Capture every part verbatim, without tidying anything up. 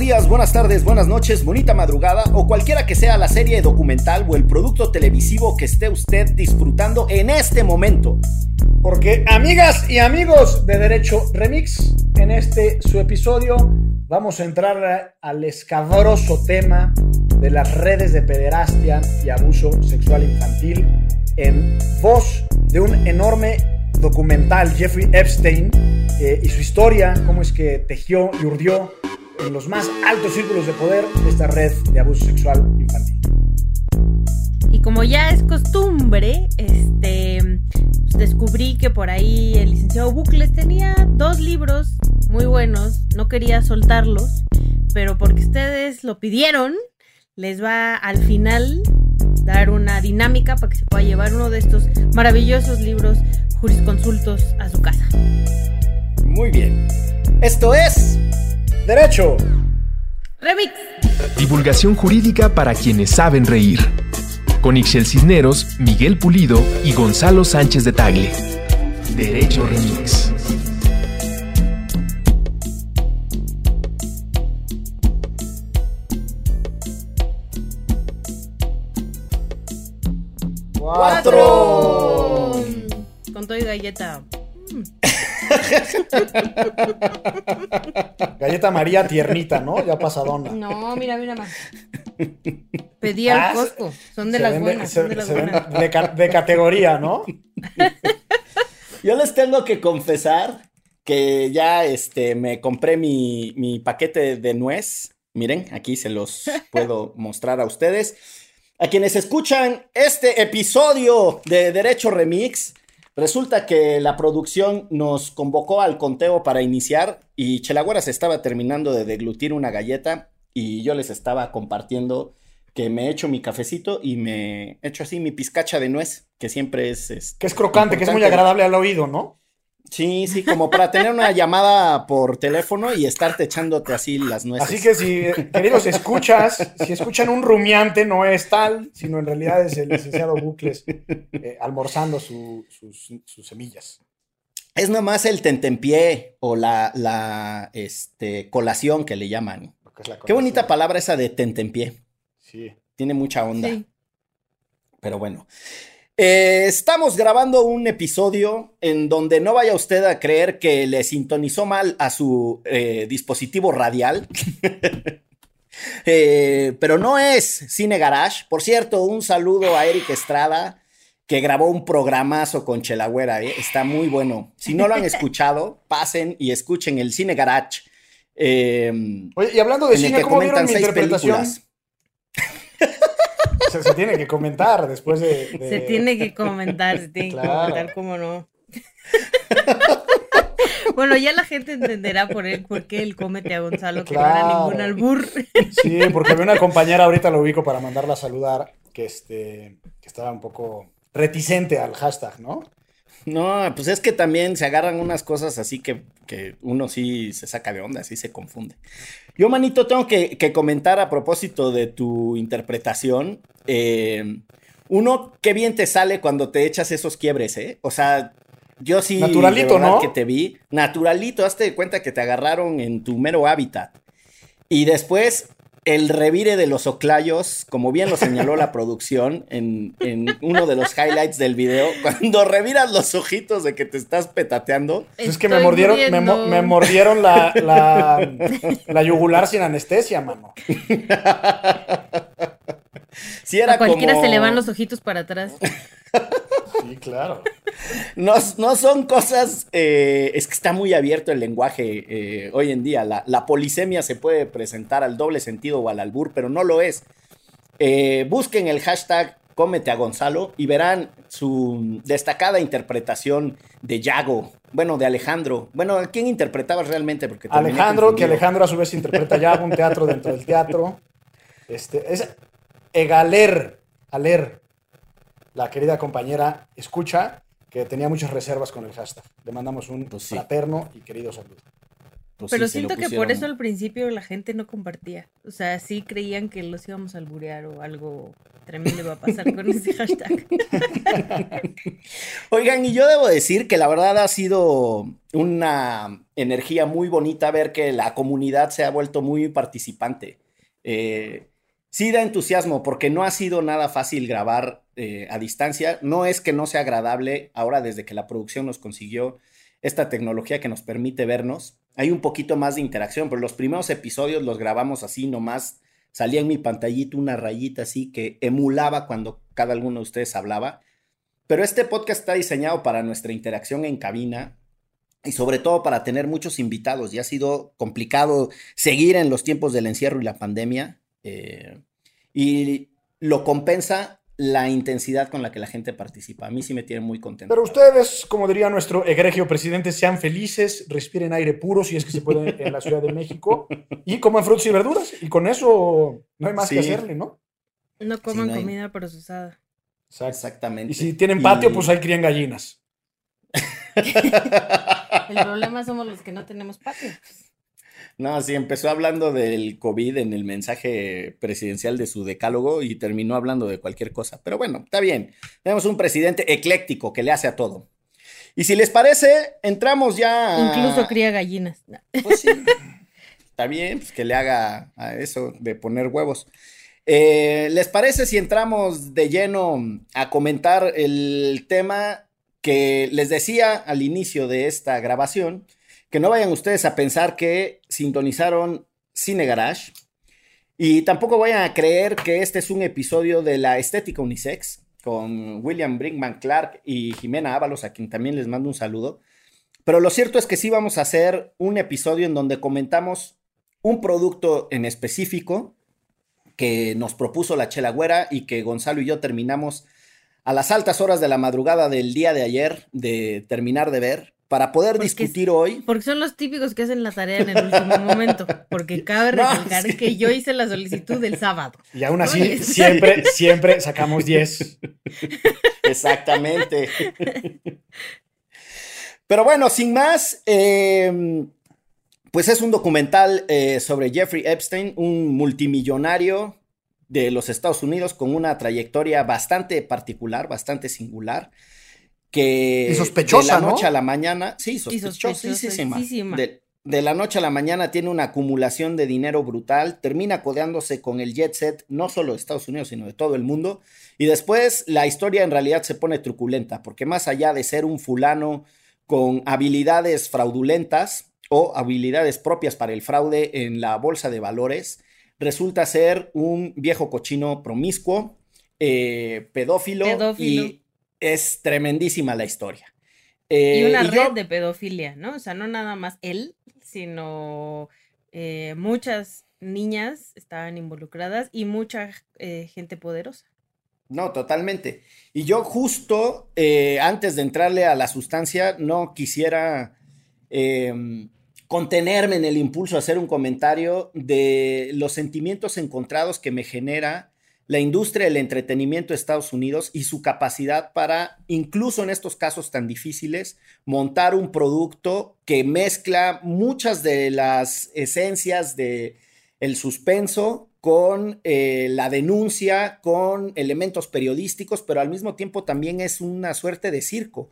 días, buenas tardes, buenas noches, bonita madrugada o cualquiera que sea la serie documental o el producto televisivo que esté usted disfrutando en este momento. Porque, amigas y amigos de Derecho Remix, en este su episodio vamos a entrar al escabroso tema de las redes de pederastia y abuso sexual infantil en voz de un enorme documental, Jeffrey Epstein, eh, y su historia, cómo es que tejió y urdió en los más altos círculos de poder esta red de abuso sexual infantil. Y como ya es costumbre, este, pues descubrí que por ahí el licenciado Bucles tenía dos libros muy buenos, no quería soltarlos, pero porque ustedes lo pidieron, les va al final dar una dinámica para que se pueda llevar uno de estos maravillosos libros jurisconsultos a su casa. Muy bien. Esto es Derecho Remix. Divulgación jurídica para quienes saben reír. Con Ixchel Cisneros, Miguel Pulido y Gonzalo Sánchez de Tagle. Derecho Remix. Cuatro. Con todo y galleta. Galleta María tiernita, ¿no? Ya pasadona. No, mira, mira más. Pedí al Ah, Costco. Son de se las vende- buenas, se- son de las se vende buenas. de, ca- de categoría, ¿no? Yo les tengo que confesar que ya este, me compré mi, mi paquete de nuez. Miren, aquí se los puedo mostrar a ustedes. A quienes escuchan este episodio de Derecho Remix, resulta que la producción nos convocó al conteo para iniciar y Chelagüera se estaba terminando de deglutir una galleta y yo les estaba compartiendo que me echo mi cafecito y me echo así mi pizcacha de nuez, que siempre es... este, Que es crocante, que es muy importante. agradable al oído, ¿no? Sí, sí, como para tener una llamada por teléfono y estarte echándote así las nueces. Así que si, eh, queridos escuchas, si escuchan un rumiante, no es tal, sino en realidad es el licenciado Bucles eh, almorzando su- sus, sus semillas. Es nomás el tentempié o la, la este, colación que le llaman. Porque es la Qué bonita colación. palabra esa de tentempié. Sí. Tiene mucha onda. Sí. Pero bueno. Eh, estamos grabando un episodio en donde no vaya usted a creer que le sintonizó mal a su eh, dispositivo radial. Eh, pero no es Cine Garage. Por cierto, un saludo a Eric Estrada, que grabó un programazo con Chelagüera, ¿eh? Está muy bueno. Si no lo han escuchado, pasen y escuchen el Cine Garage. Eh, Oye, y hablando de en el cine, que ¿cómo vieron comentan mi seis interpretación? películas. Se, se tiene que comentar después de... de- Se tiene que comentar, se tiene que Claro. comentar, cómo no. Bueno, ya la gente entenderá por él por qué él cómete a Gonzalo, que no era Claro. ningún albur. Sí, porque había una compañera, ahorita lo ubico para mandarla a saludar, que, este, que estaba un poco reticente al hashtag, ¿no? No, pues es que también se agarran unas cosas así que, que uno sí se saca de onda, sí se confunde. Yo, manito, tengo que, que comentar a propósito de tu interpretación. eh, uno, qué bien te sale cuando te echas esos quiebres, ¿eh? O sea, yo sí, Naturalito, de verdad ¿no? que te vi. Naturalito, hazte de cuenta que te agarraron en tu mero hábitat. Y después, el revire de los oclayos, como bien lo señaló la producción en, en uno de los highlights del video, cuando reviras los ojitos de que te estás petateando. Pues es que me Estoy mordieron, me, mo- muriendo. me mordieron la, la, la yugular sin anestesia, mano. Sí, era A cualquiera como... se le van los ojitos para atrás. Sí, claro. No, no son cosas, eh, es que está muy abierto el lenguaje eh, hoy en día. La, la polisemia se puede presentar al doble sentido o al albur, pero no lo es. Eh, busquen el hashtag cómete a Gonzalo y verán su destacada interpretación de Yago, bueno, de Alejandro. Bueno, ¿a quién interpretabas realmente? Porque terminé Alejandro, que confundido. Alejandro a su vez interpreta ya un teatro dentro del teatro. Este, es Egaler, Aler, la querida compañera escucha, que tenía muchas reservas con el hashtag. Le mandamos un Pues sí. fraterno y querido saludo. pues Pero sí, se lo siento que por pusieron. eso al principio la gente no compartía. O sea, sí creían que los íbamos a alburear o algo tremendo iba a pasar con ese hashtag. Oigan, y yo debo decir que la verdad ha sido una energía muy bonita ver que la comunidad se ha vuelto muy participante. Eh, sí da entusiasmo porque no ha sido nada fácil grabar eh, a distancia. No es que no sea agradable ahora desde que la producción nos consiguió esta tecnología que nos permite vernos. Hay un poquito más de interacción, pero los primeros episodios los grabamos así nomás. Salía en mi pantallita una rayita así que emulaba cuando cada uno de ustedes hablaba. Pero este podcast está diseñado para nuestra interacción en cabina y sobre todo para tener muchos invitados. Ya ha sido complicado seguir en los tiempos del encierro y la pandemia. Eh, y lo compensa la intensidad con la que la gente participa. A mí sí me tiene muy contento. Pero ustedes, como diría nuestro egregio presidente, sean felices, respiren aire puro si es que se puede en la Ciudad de México y coman frutas y verduras. Y con eso no hay más Sí. que hacerle, ¿no? No coman no hay- comida procesada. Exacto. Exactamente. Y si tienen patio, Y- pues ahí crían gallinas. El problema somos los que no tenemos patio. No, sí, empezó hablando del COVID en el mensaje presidencial de su decálogo y terminó hablando de cualquier cosa. Pero bueno, está bien. Tenemos un presidente ecléctico que le hace a todo. Y si les parece, entramos ya a... Incluso cría gallinas. No. Pues sí, está bien, pues que le haga a eso de poner huevos. Eh, ¿les parece si entramos de lleno a comentar el tema que les decía al inicio de esta grabación? Que no vayan ustedes a pensar que sintonizaron Cine Garage y tampoco vayan a creer que este es un episodio de la estética unisex con William Brinkman Clark y Jimena Ábalos, a quien también les mando un saludo. Pero lo cierto es que sí vamos a hacer un episodio en donde comentamos un producto en específico que nos propuso la Chela Güera y que Gonzalo y yo terminamos a las altas horas de la madrugada del día de ayer de terminar de ver para poder Porque discutir es- hoy. Porque son los típicos que hacen la tarea en el último momento. Porque cabe No, recalcar sí. que yo hice la solicitud el sábado. Y aún así, Oye. siempre, siempre sacamos diez. Exactamente. Pero bueno, sin más, eh, pues es un documental eh, sobre Jeffrey Epstein, un multimillonario de los Estados Unidos con una trayectoria bastante particular, bastante singular, que Y sospechosa, de la noche ¿no? a la mañana, sí, sospechosísima, sospechosísima. de, de la noche a la mañana tiene una acumulación de dinero brutal, termina codeándose con el jet set, no solo de Estados Unidos, sino de todo el mundo, y después la historia en realidad se pone truculenta, porque más allá de ser un fulano con habilidades fraudulentas o habilidades propias para el fraude en la bolsa de valores, resulta ser un viejo cochino promiscuo, eh, pedófilo, Pedófilo. y es tremendísima la historia. Eh, Y una y red yo- de pedofilia, ¿no? O sea, no nada más él, sino eh, muchas niñas estaban involucradas y mucha eh, gente poderosa. No, totalmente. Y yo justo eh, antes de entrarle a la sustancia, no quisiera eh, contenerme en el impulso a hacer un comentario de los sentimientos encontrados que me genera la industria del entretenimiento de Estados Unidos y su capacidad para, incluso en estos casos tan difíciles, montar un producto que mezcla muchas de las esencias de el suspenso con eh, la denuncia, con elementos periodísticos, pero al mismo tiempo también es una suerte de circo.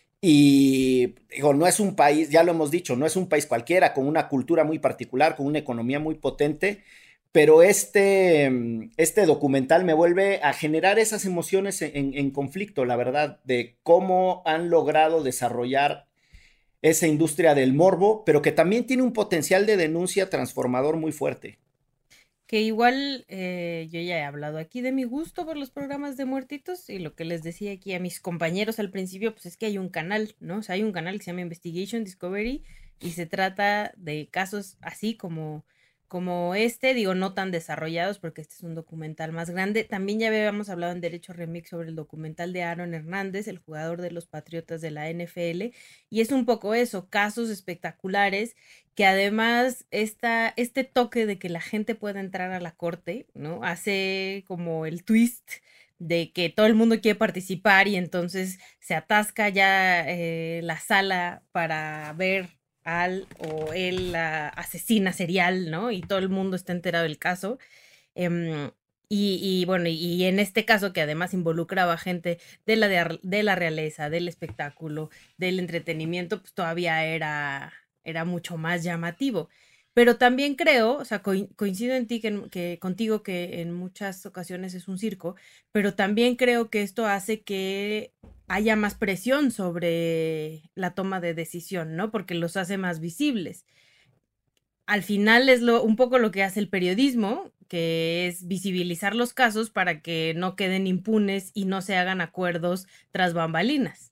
Y digo, no es un país, ya lo hemos dicho, no es un país cualquiera, con una cultura muy particular, con una economía muy potente, pero este, este documental me vuelve a generar esas emociones en, en conflicto, la verdad, de cómo han logrado desarrollar esa industria del morbo, pero que también tiene un potencial de denuncia transformador muy fuerte. Que igual eh, yo ya he hablado aquí de mi gusto por los programas de muertitos y lo que les decía aquí a mis compañeros al principio, pues es que hay un canal, ¿no? O sea, hay un canal que se llama Investigation Discovery y se trata de casos así como, como este, digo, no tan desarrollados porque este es un documental más grande. También ya habíamos hablado en Derecho Remix sobre el documental de Aaron Hernández, el jugador de los Patriotas de la N F L, y es un poco eso, casos espectaculares que además esta, este toque de que la gente pueda entrar a la corte, ¿no? Hace como el twist de que todo el mundo quiere participar y entonces se atasca ya eh, la sala para ver al o él la asesina serial, ¿no? Y todo el mundo está enterado del caso. Um, y, y bueno, y, y en este caso que además involucraba gente de la, de, de la realeza, del espectáculo, del entretenimiento, pues todavía era, era mucho más llamativo. Pero también creo, o sea, co coincido en ti que, que contigo que en muchas ocasiones es un circo, pero también creo que esto hace que haya más presión sobre la toma de decisión, ¿no? Porque los hace más visibles. Al final es lo, un poco lo que hace el periodismo, que es visibilizar los casos para que no queden impunes y no se hagan acuerdos tras bambalinas.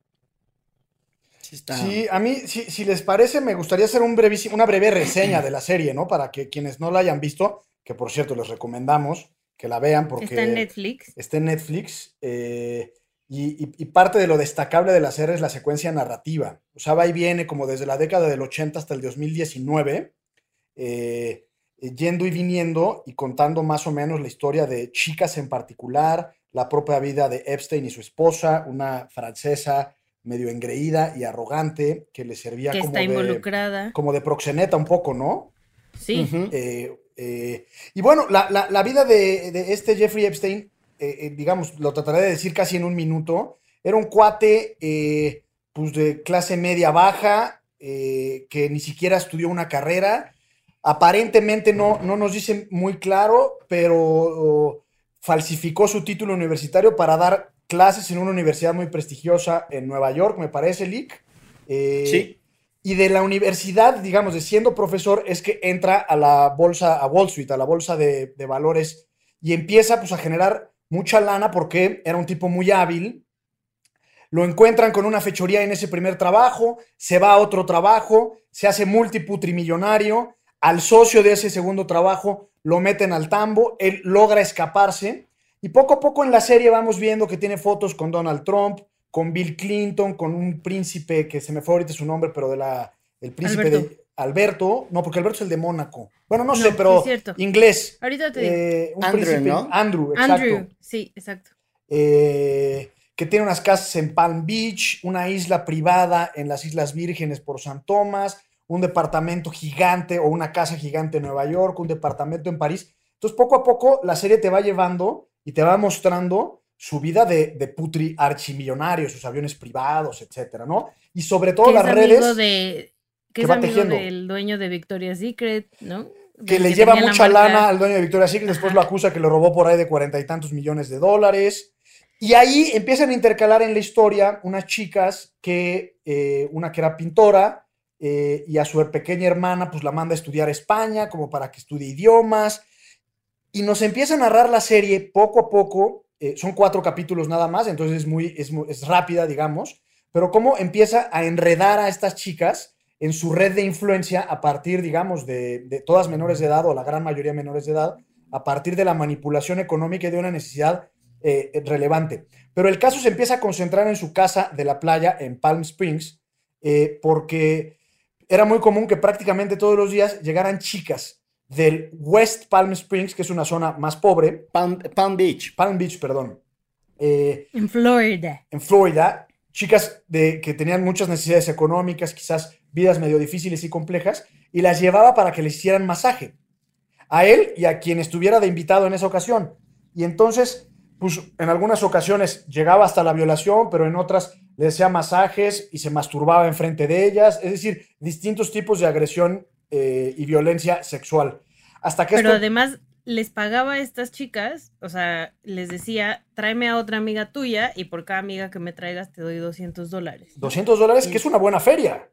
Sí, está... sí, a mí, si, si les parece, me gustaría hacer un brevísimo, una breve reseña de la serie, ¿no? Para que quienes no la hayan visto, que por cierto les recomendamos que la vean porque... Está en Netflix. Está en Netflix. Eh, y, y, y parte de lo destacable de la serie es la secuencia narrativa. O sea, va y viene como desde la década del ochenta hasta el dos mil diecinueve, eh, yendo y viniendo y contando más o menos la historia de chicas en particular, la propia vida de Epstein y su esposa, una francesa medio engreída y arrogante, que le servía que como, está de, involucrada. como de proxeneta un poco, ¿no? Sí. Uh-huh. eh, eh, y bueno, la, la, la vida de, de este Jeffrey Epstein, eh, eh, digamos, lo trataré de decir casi en un minuto, era un cuate eh, pues de clase media baja, eh, que ni siquiera estudió una carrera, aparentemente no, no nos dicen muy claro, pero oh, falsificó su título universitario para dar clases en una universidad muy prestigiosa en Nueva York, me parece, Lick. Eh, sí. Y de la universidad, digamos, de siendo profesor, es que entra a la bolsa, a Wall Street, a la bolsa de, de valores, y empieza pues a generar mucha lana porque era un tipo muy hábil. Lo encuentran con una fechoría en ese primer trabajo, se va a otro trabajo, se hace multiputrimillonario, al socio de ese segundo trabajo lo meten al tambo, él logra escaparse, y poco a poco en la serie vamos viendo que tiene fotos con Donald Trump, con Bill Clinton, con un príncipe que se me fue ahorita su nombre, pero de la, el príncipe Alberto. de Alberto, no, porque Alberto es el de Mónaco. Bueno, no, no sé, pero sí, inglés. Ahorita te digo. Eh, un Andrew, príncipe, ¿no? Andrew, exacto. Andrew, sí, exacto. Eh, que tiene unas casas en Palm Beach, una isla privada en las Islas Vírgenes por San Tomás, un departamento gigante o una casa gigante en Nueva York, un departamento en París. Entonces, poco a poco, la serie te va llevando y te va mostrando su vida de, de putri archimillonario, sus aviones privados, etcétera, ¿no? Y sobre todo las redes... De, que, que es va amigo tejiendo. Del dueño de Victoria's Secret, ¿no? Que le que lleva mucha la lana al dueño de Victoria's Secret, después Ajá. lo acusa que le robó por ahí de cuarenta y tantos millones de dólares. Y ahí empiezan a intercalar en la historia unas chicas que, eh, una que era pintora, eh, y a su pequeña hermana pues la manda a estudiar a España, como para que estudie idiomas. Y nos empieza a narrar la serie poco a poco. Eh, son cuatro capítulos nada más, entonces es muy, es, muy, es rápida, digamos, pero cómo empieza a enredar a estas chicas en su red de influencia a partir, digamos, de, de todas menores de edad, o la gran mayoría menores de edad, a partir de la manipulación económica y de una necesidad eh, relevante. Pero el caso se empieza a concentrar en su casa de la playa en Palm Springs, eh, porque era muy común que prácticamente todos los días llegaran chicas del West Palm Springs, que es una zona más pobre. Palm, Palm Beach. Palm Beach, perdón. Eh, en Florida. En Florida, chicas de, que tenían muchas necesidades económicas, quizás vidas medio difíciles y complejas, y las llevaba para que les hicieran masaje. A él y a quien estuviera de invitado en esa ocasión. Y entonces, pues en algunas ocasiones llegaba hasta la violación, pero en otras le hacía masajes y se masturbaba enfrente de ellas. Es decir, distintos tipos de agresión Eh, y violencia sexual. Hasta que Pero esto... además les pagaba a estas chicas, o sea, les decía, tráeme a otra amiga tuya y por cada amiga que me traigas te doy doscientos dólares. ¿no? doscientos dólares, que es una buena feria.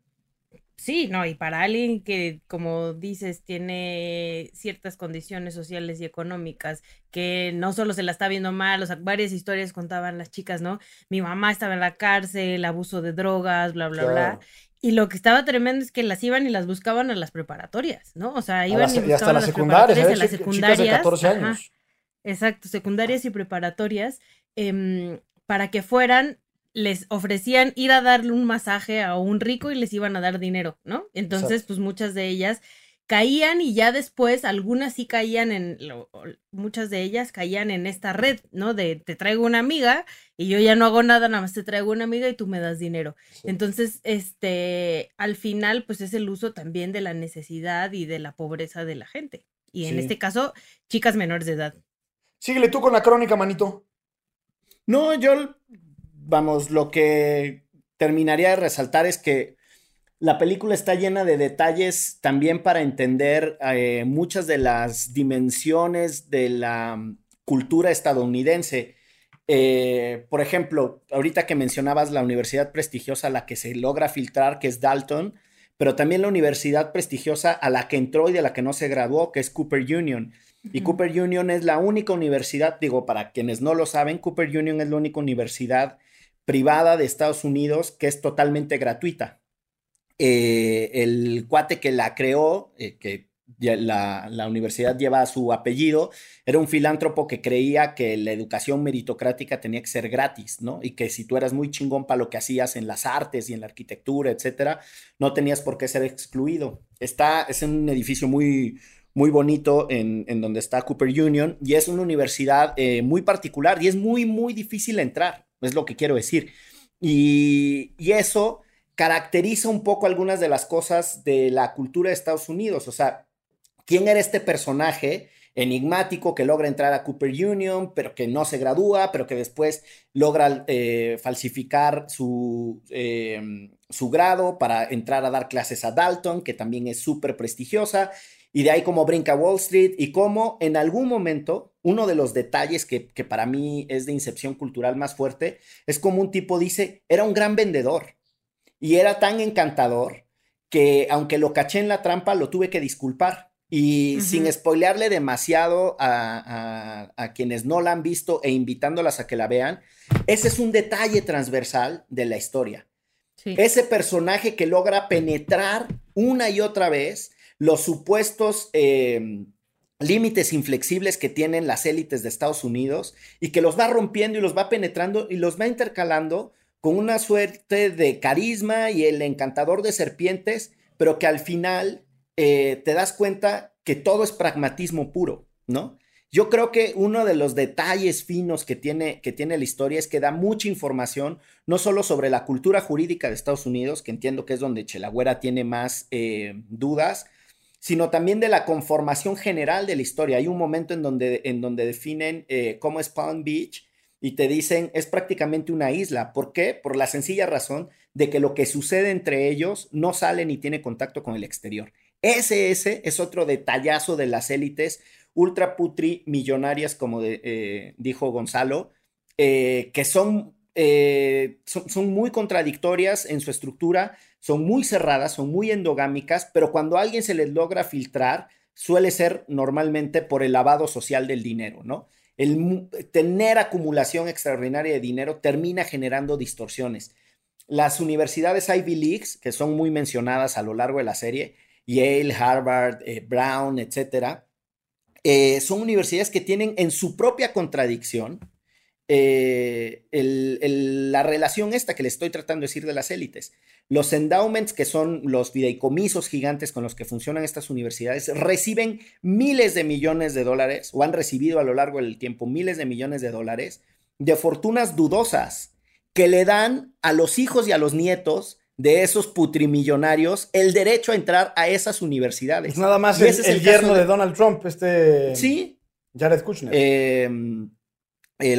Sí, no, y para alguien que, como dices, tiene ciertas condiciones sociales y económicas, que no solo se la está viendo mal, o sea, varias historias contaban las chicas, ¿no? Mi mamá estaba en la cárcel, abuso de drogas, bla, bla, claro. bla. Y lo que estaba tremendo es que las iban y las buscaban a las preparatorias, ¿no? O sea, iban las, y buscaban y hasta a las secundarias, preparatorias, ¿eh? a las secundarias. Chicas de catorce años. Ajá, exacto, secundarias y preparatorias, eh, para que fueran, les ofrecían ir a darle un masaje a un rico y les iban a dar dinero, ¿no? Entonces, exacto. Pues muchas de ellas caían y ya después algunas sí caían en, lo, muchas de ellas caían en esta red, ¿no? De te traigo una amiga y yo ya no hago nada, nada más te traigo una amiga y tú me das dinero. Sí. Entonces, este, al final, pues es el uso también de la necesidad y de la pobreza de la gente. Y en sí. este caso, chicas menores de edad. Síguele tú con la crónica, manito. No, yo, vamos, lo que terminaría de resaltar es que la película está llena de detalles también para entender eh, muchas de las dimensiones de la cultura estadounidense. Eh, por ejemplo, ahorita que mencionabas la universidad prestigiosa a la que se logra filtrar, que es Dalton, pero también la universidad prestigiosa a la que entró y de la que no se graduó, que es Cooper Union. Uh-huh. Y Cooper Union es la única universidad, digo, para quienes no lo saben, Cooper Union es la única universidad privada de Estados Unidos que es totalmente gratuita. Eh, el cuate que la creó, eh, que la, la universidad lleva su apellido, era un filántropo que creía que la educación meritocrática tenía que ser gratis, ¿no? Y que si tú eras muy chingón para lo que hacías en las artes y en la arquitectura, etcétera, no tenías por qué ser excluido. Está, es un edificio muy, muy bonito en, en donde está Cooper Union y es una universidad eh, muy particular y es muy, muy difícil entrar, es lo que quiero decir. Y, y eso caracteriza un poco algunas de las cosas de la cultura de Estados Unidos. O sea, ¿quién era este personaje enigmático que logra entrar a Cooper Union, pero que no se gradúa, pero que después logra eh, falsificar su, eh, su grado para entrar a dar clases a Dalton, que también es súper prestigiosa, y de ahí como brinca Wall Street, y cómo en algún momento, uno de los detalles que, que para mí es de incepción cultural más fuerte, es como un tipo dice, era un gran vendedor. Y era tan encantador que, aunque lo caché en la trampa, lo tuve que disculpar. Y uh-huh. sin spoilearle demasiado a, a, a quienes no la han visto e invitándolas a que la vean, ese es un detalle transversal de la historia. Sí. Ese personaje que logra penetrar una y otra vez los supuestos eh, límites inflexibles que tienen las élites de Estados Unidos y que los va rompiendo y los va penetrando y los va intercalando con una suerte de carisma y el encantador de serpientes, pero que al final eh, te das cuenta que todo es pragmatismo puro, ¿no? Yo creo que uno de los detalles finos que tiene, que tiene la historia es que da mucha información, no solo sobre la cultura jurídica de Estados Unidos, que entiendo que es donde Chelagüera tiene más eh, dudas, sino también de la conformación general de la historia. Hay un momento en donde, en donde definen eh, cómo es Palm Beach, y te dicen, es prácticamente una isla. ¿Por qué? Por la sencilla razón de que lo que sucede entre ellos no sale ni tiene contacto con el exterior. Ese, ese es otro detallazo de las élites ultra putri millonarias, como de, eh, dijo Gonzalo, eh, que son, eh, son, son muy contradictorias en su estructura, son muy cerradas, son muy endogámicas, pero cuando a alguien se les logra filtrar, suele ser normalmente por el lavado social del dinero, ¿no? El tener acumulación extraordinaria de dinero termina generando distorsiones. Las universidades Ivy Leagues, que son muy mencionadas a lo largo de la serie, Yale, Harvard, eh, Brown, etcétera, eh, son universidades que tienen en su propia contradicción eh, el, el, la relación esta que le estoy tratando de decir de las élites. Los endowments, que son los fideicomisos gigantes con los que funcionan estas universidades, reciben miles de millones de dólares, o han recibido a lo largo del tiempo miles de millones de dólares, de fortunas dudosas, que le dan a los hijos y a los nietos de esos putrimillonarios el derecho a entrar a esas universidades. Pues nada más el, es el, el yerno de... de Donald Trump, este... Sí. Jared Kushner. Eh... El,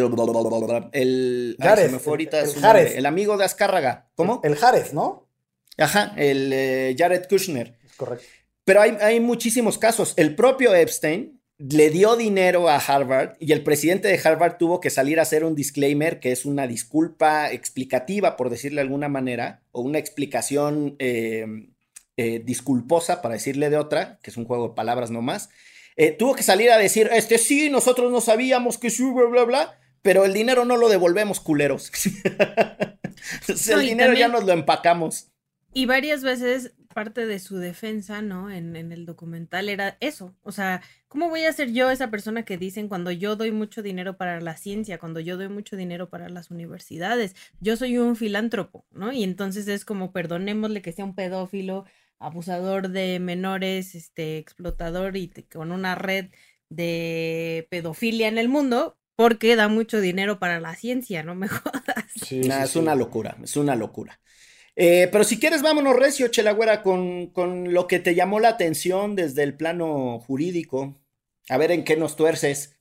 el, Jared, ay, se me fue ahorita el, el, su nombre, el amigo de Azcárraga. ¿Cómo? El, el Jared, ¿no? Ajá, el eh, Jared Kushner. Es correcto. Pero hay, hay muchísimos casos. El propio Epstein le dio dinero a Harvard y el presidente de Harvard tuvo que salir a hacer un disclaimer, que es una disculpa explicativa, por decirle de alguna manera, o una explicación eh, eh, disculposa, para decirle de otra, que es un juego de palabras nomás. Eh, tuvo que salir a decir, este sí, nosotros no sabíamos que sí, bla, bla, bla, pero el dinero no lo devolvemos, culeros. Entonces, no, el dinero también, ya nos lo empacamos. Y varias veces parte de su defensa, ¿no? En, en el documental era eso. O sea, ¿cómo voy a ser yo esa persona que dicen cuando yo doy mucho dinero para la ciencia, cuando yo doy mucho dinero para las universidades? Yo soy un filántropo, ¿no? Y entonces es como, perdonémosle que sea un pedófilo abusador de menores, este, explotador y te, con una red de pedofilia en el mundo, porque da mucho dinero para la ciencia, no me jodas. Sí, nah, sí, es sí. una locura, es una locura. Eh, pero si quieres, vámonos recio, Chelagüera, con, con lo que te llamó la atención desde el plano jurídico. A ver en qué nos tuerces.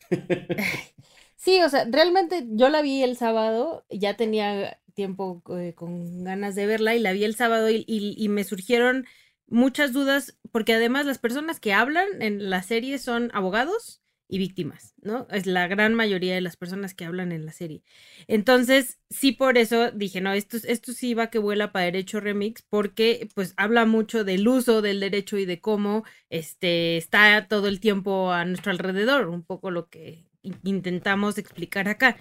Sí, o sea, realmente yo la vi el sábado, ya tenía tiempo eh, con ganas de verla y la vi el sábado y, y, y me surgieron muchas dudas, porque además las personas que hablan en la serie son abogados y víctimas, ¿no? Es la gran mayoría de las personas que hablan en la serie. Entonces, sí, por eso dije, no, esto, esto sí va que vuela para Derecho Remix, porque pues habla mucho del uso del derecho y de cómo este, está todo el tiempo a nuestro alrededor, un poco lo que intentamos explicar acá.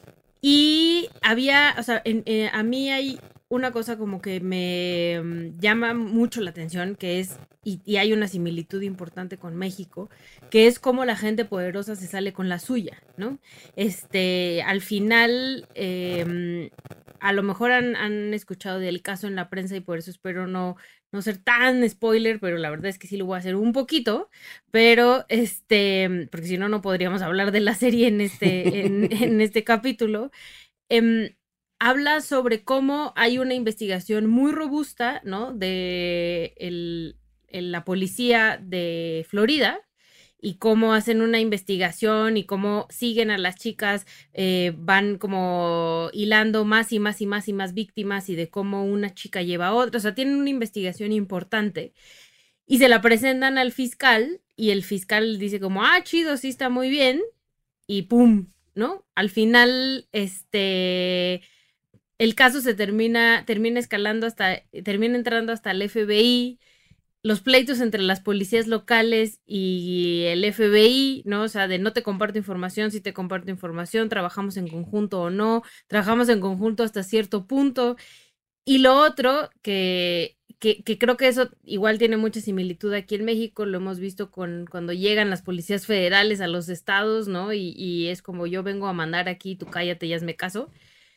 Y había, o sea, en, eh, a mí hay una cosa como que me um, llama mucho la atención, que es, y, y hay una similitud importante con México, que es cómo la gente poderosa se sale con la suya, ¿no? Este, al final, eh, a lo mejor han, han escuchado del caso en la prensa y por eso espero no, no ser tan spoiler, pero la verdad es que sí lo voy a hacer un poquito, pero este, porque si no, no podríamos hablar de la serie en este, en, en este capítulo. Eh, habla sobre cómo hay una investigación muy robusta, ¿no? De el, el, la policía de Florida y cómo hacen una investigación y cómo siguen a las chicas, eh, van como hilando más y más y más y más víctimas y de cómo una chica lleva a otra. O sea, tienen una investigación importante y se la presentan al fiscal y el fiscal dice como, ah, chido, sí está muy bien y pum, ¿no? Al final, este... el caso se termina, termina escalando hasta, termina entrando hasta el F B I, los pleitos entre las policías locales y el F B I, ¿no? O sea, de no te comparto información, sí te comparto información, trabajamos en conjunto o no, trabajamos en conjunto hasta cierto punto. Y lo otro, que, que, que creo que eso igual tiene mucha similitud aquí en México, lo hemos visto con cuando llegan las policías federales a los estados, ¿no? Y, y es como yo vengo a mandar aquí, tú cállate y hazme caso.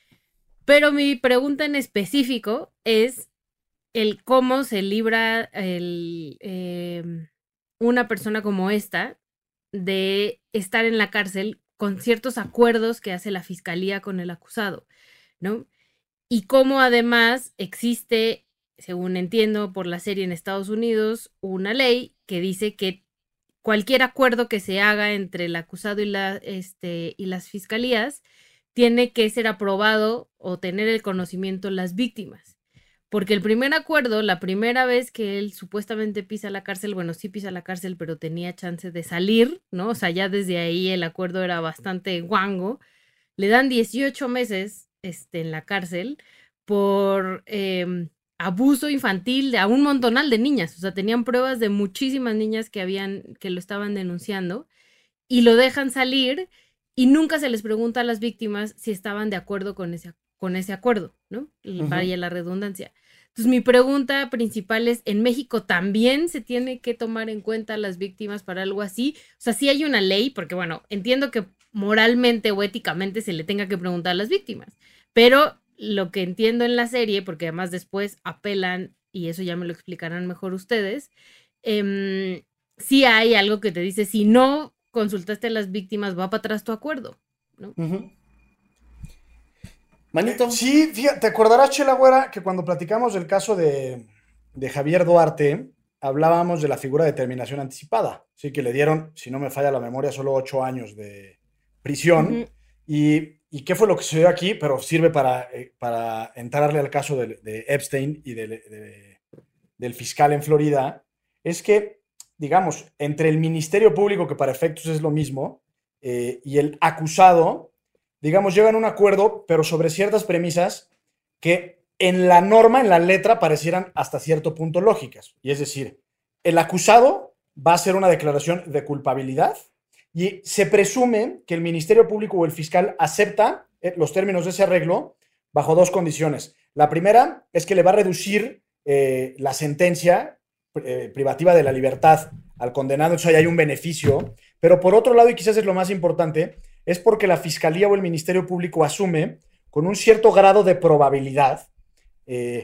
Pero mi pregunta en específico es el cómo se libra el, eh, una persona como esta de estar en la cárcel con ciertos acuerdos que hace la fiscalía con el acusado, ¿no? Y cómo además existe, según entiendo por la serie en Estados Unidos, una ley que dice que cualquier acuerdo que se haga entre el acusado y, la, este, y las fiscalías tiene que ser aprobado o tener el conocimiento las víctimas. Porque el primer acuerdo, la primera vez que él supuestamente pisa la cárcel, bueno, sí pisa la cárcel, pero tenía chance de salir, ¿no? O sea, ya desde ahí el acuerdo era bastante guango. Le dan dieciocho meses este, en la cárcel por eh, abuso infantil a un montonal de niñas. O sea, tenían pruebas de muchísimas niñas que, habían, que lo estaban denunciando y lo dejan salir. Y nunca se les pregunta a las víctimas si estaban de acuerdo con ese, con ese acuerdo, ¿no? Uh-huh. Vaya la redundancia. Entonces, mi pregunta principal es, ¿en México también se tiene que tomar en cuenta a las víctimas para algo así? O sea, sí hay una ley, porque, bueno, entiendo que moralmente o éticamente se le tenga que preguntar a las víctimas, pero lo que entiendo en la serie, porque además después apelan, y eso ya me lo explicarán mejor ustedes, eh, sí hay algo que te dice, si no consultaste a las víctimas, va para atrás tu acuerdo, ¿no? Uh-huh. Manito. Eh, sí, fíjate, te acordarás, Chela Güera, que cuando platicamos del caso de, de Javier Duarte, hablábamos de la figura de terminación anticipada, sí, que le dieron, si no me falla la memoria, solo ocho años de prisión. Uh-huh. y, y qué fue lo que se dio aquí, pero sirve para, eh, para entrarle al caso de, de Epstein y de, de, del fiscal en Florida, es que digamos, entre el Ministerio Público, que para efectos es lo mismo, eh, y el acusado, digamos, llegan a un acuerdo, pero sobre ciertas premisas que en la norma, en la letra, parecieran hasta cierto punto lógicas. Y es decir, el acusado va a hacer una declaración de culpabilidad y se presume que el Ministerio Público o el fiscal acepta los términos de ese arreglo bajo dos condiciones. La primera es que le va a reducir eh, la sentencia Eh, privativa de la libertad al condenado, entonces ahí hay un beneficio, pero por otro lado, y quizás es lo más importante, es porque la Fiscalía o el Ministerio Público asume con un cierto grado de probabilidad eh,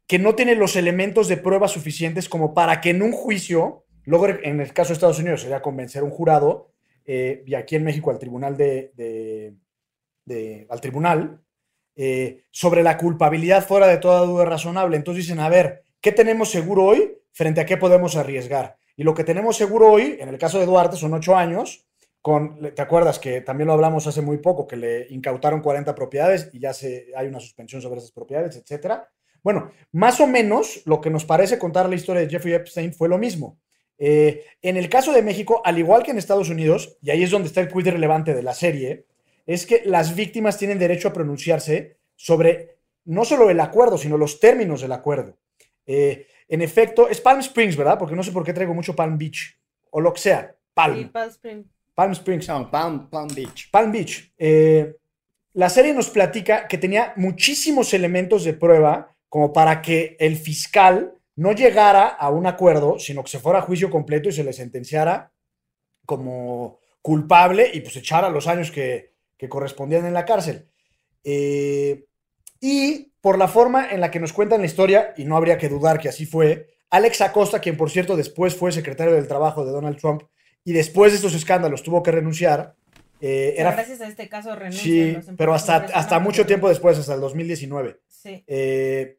que no tiene los elementos de prueba suficientes como para que en un juicio logre, en el caso de Estados Unidos, sería convencer a un jurado, eh, y aquí en México al tribunal de, de, de al tribunal, eh, sobre la culpabilidad fuera de toda duda razonable. Entonces dicen, a ver, ¿qué tenemos seguro hoy frente a qué podemos arriesgar? Y lo que tenemos seguro hoy, en el caso de Duarte, son ocho años, con, ¿te acuerdas que también lo hablamos hace muy poco, que le incautaron cuarenta propiedades y ya se, hay una suspensión sobre esas propiedades, etcétera? Bueno, más o menos lo que nos parece contar la historia de Jeffrey Epstein fue lo mismo. Eh, en el caso de México, al igual que en Estados Unidos, y ahí es donde está el quid relevante de la serie, es que las víctimas tienen derecho a pronunciarse sobre no solo el acuerdo, sino los términos del acuerdo. Eh, en efecto, es Palm Springs, ¿verdad? Porque no sé por qué traigo mucho Palm Beach, o lo que sea, Palm. Sí, Palm Springs. Palm Springs. No, Palm, Palm Beach. Palm Beach. Eh, la serie nos platica que tenía muchísimos elementos de prueba como para que el fiscal no llegara a un acuerdo, sino que se fuera a juicio completo y se le sentenciara como culpable y pues echara los años que, que correspondían en la cárcel. Eh, y por la forma en la que nos cuentan la historia, y no habría que dudar que así fue, Alex Acosta, quien por cierto después fue secretario del Trabajo de Donald Trump y después de estos escándalos tuvo que renunciar. Eh, era, gracias a este caso renuncia. Sí, pero hasta, hasta mucho tiempo después, hasta el dos mil diecinueve. Sí. Eh,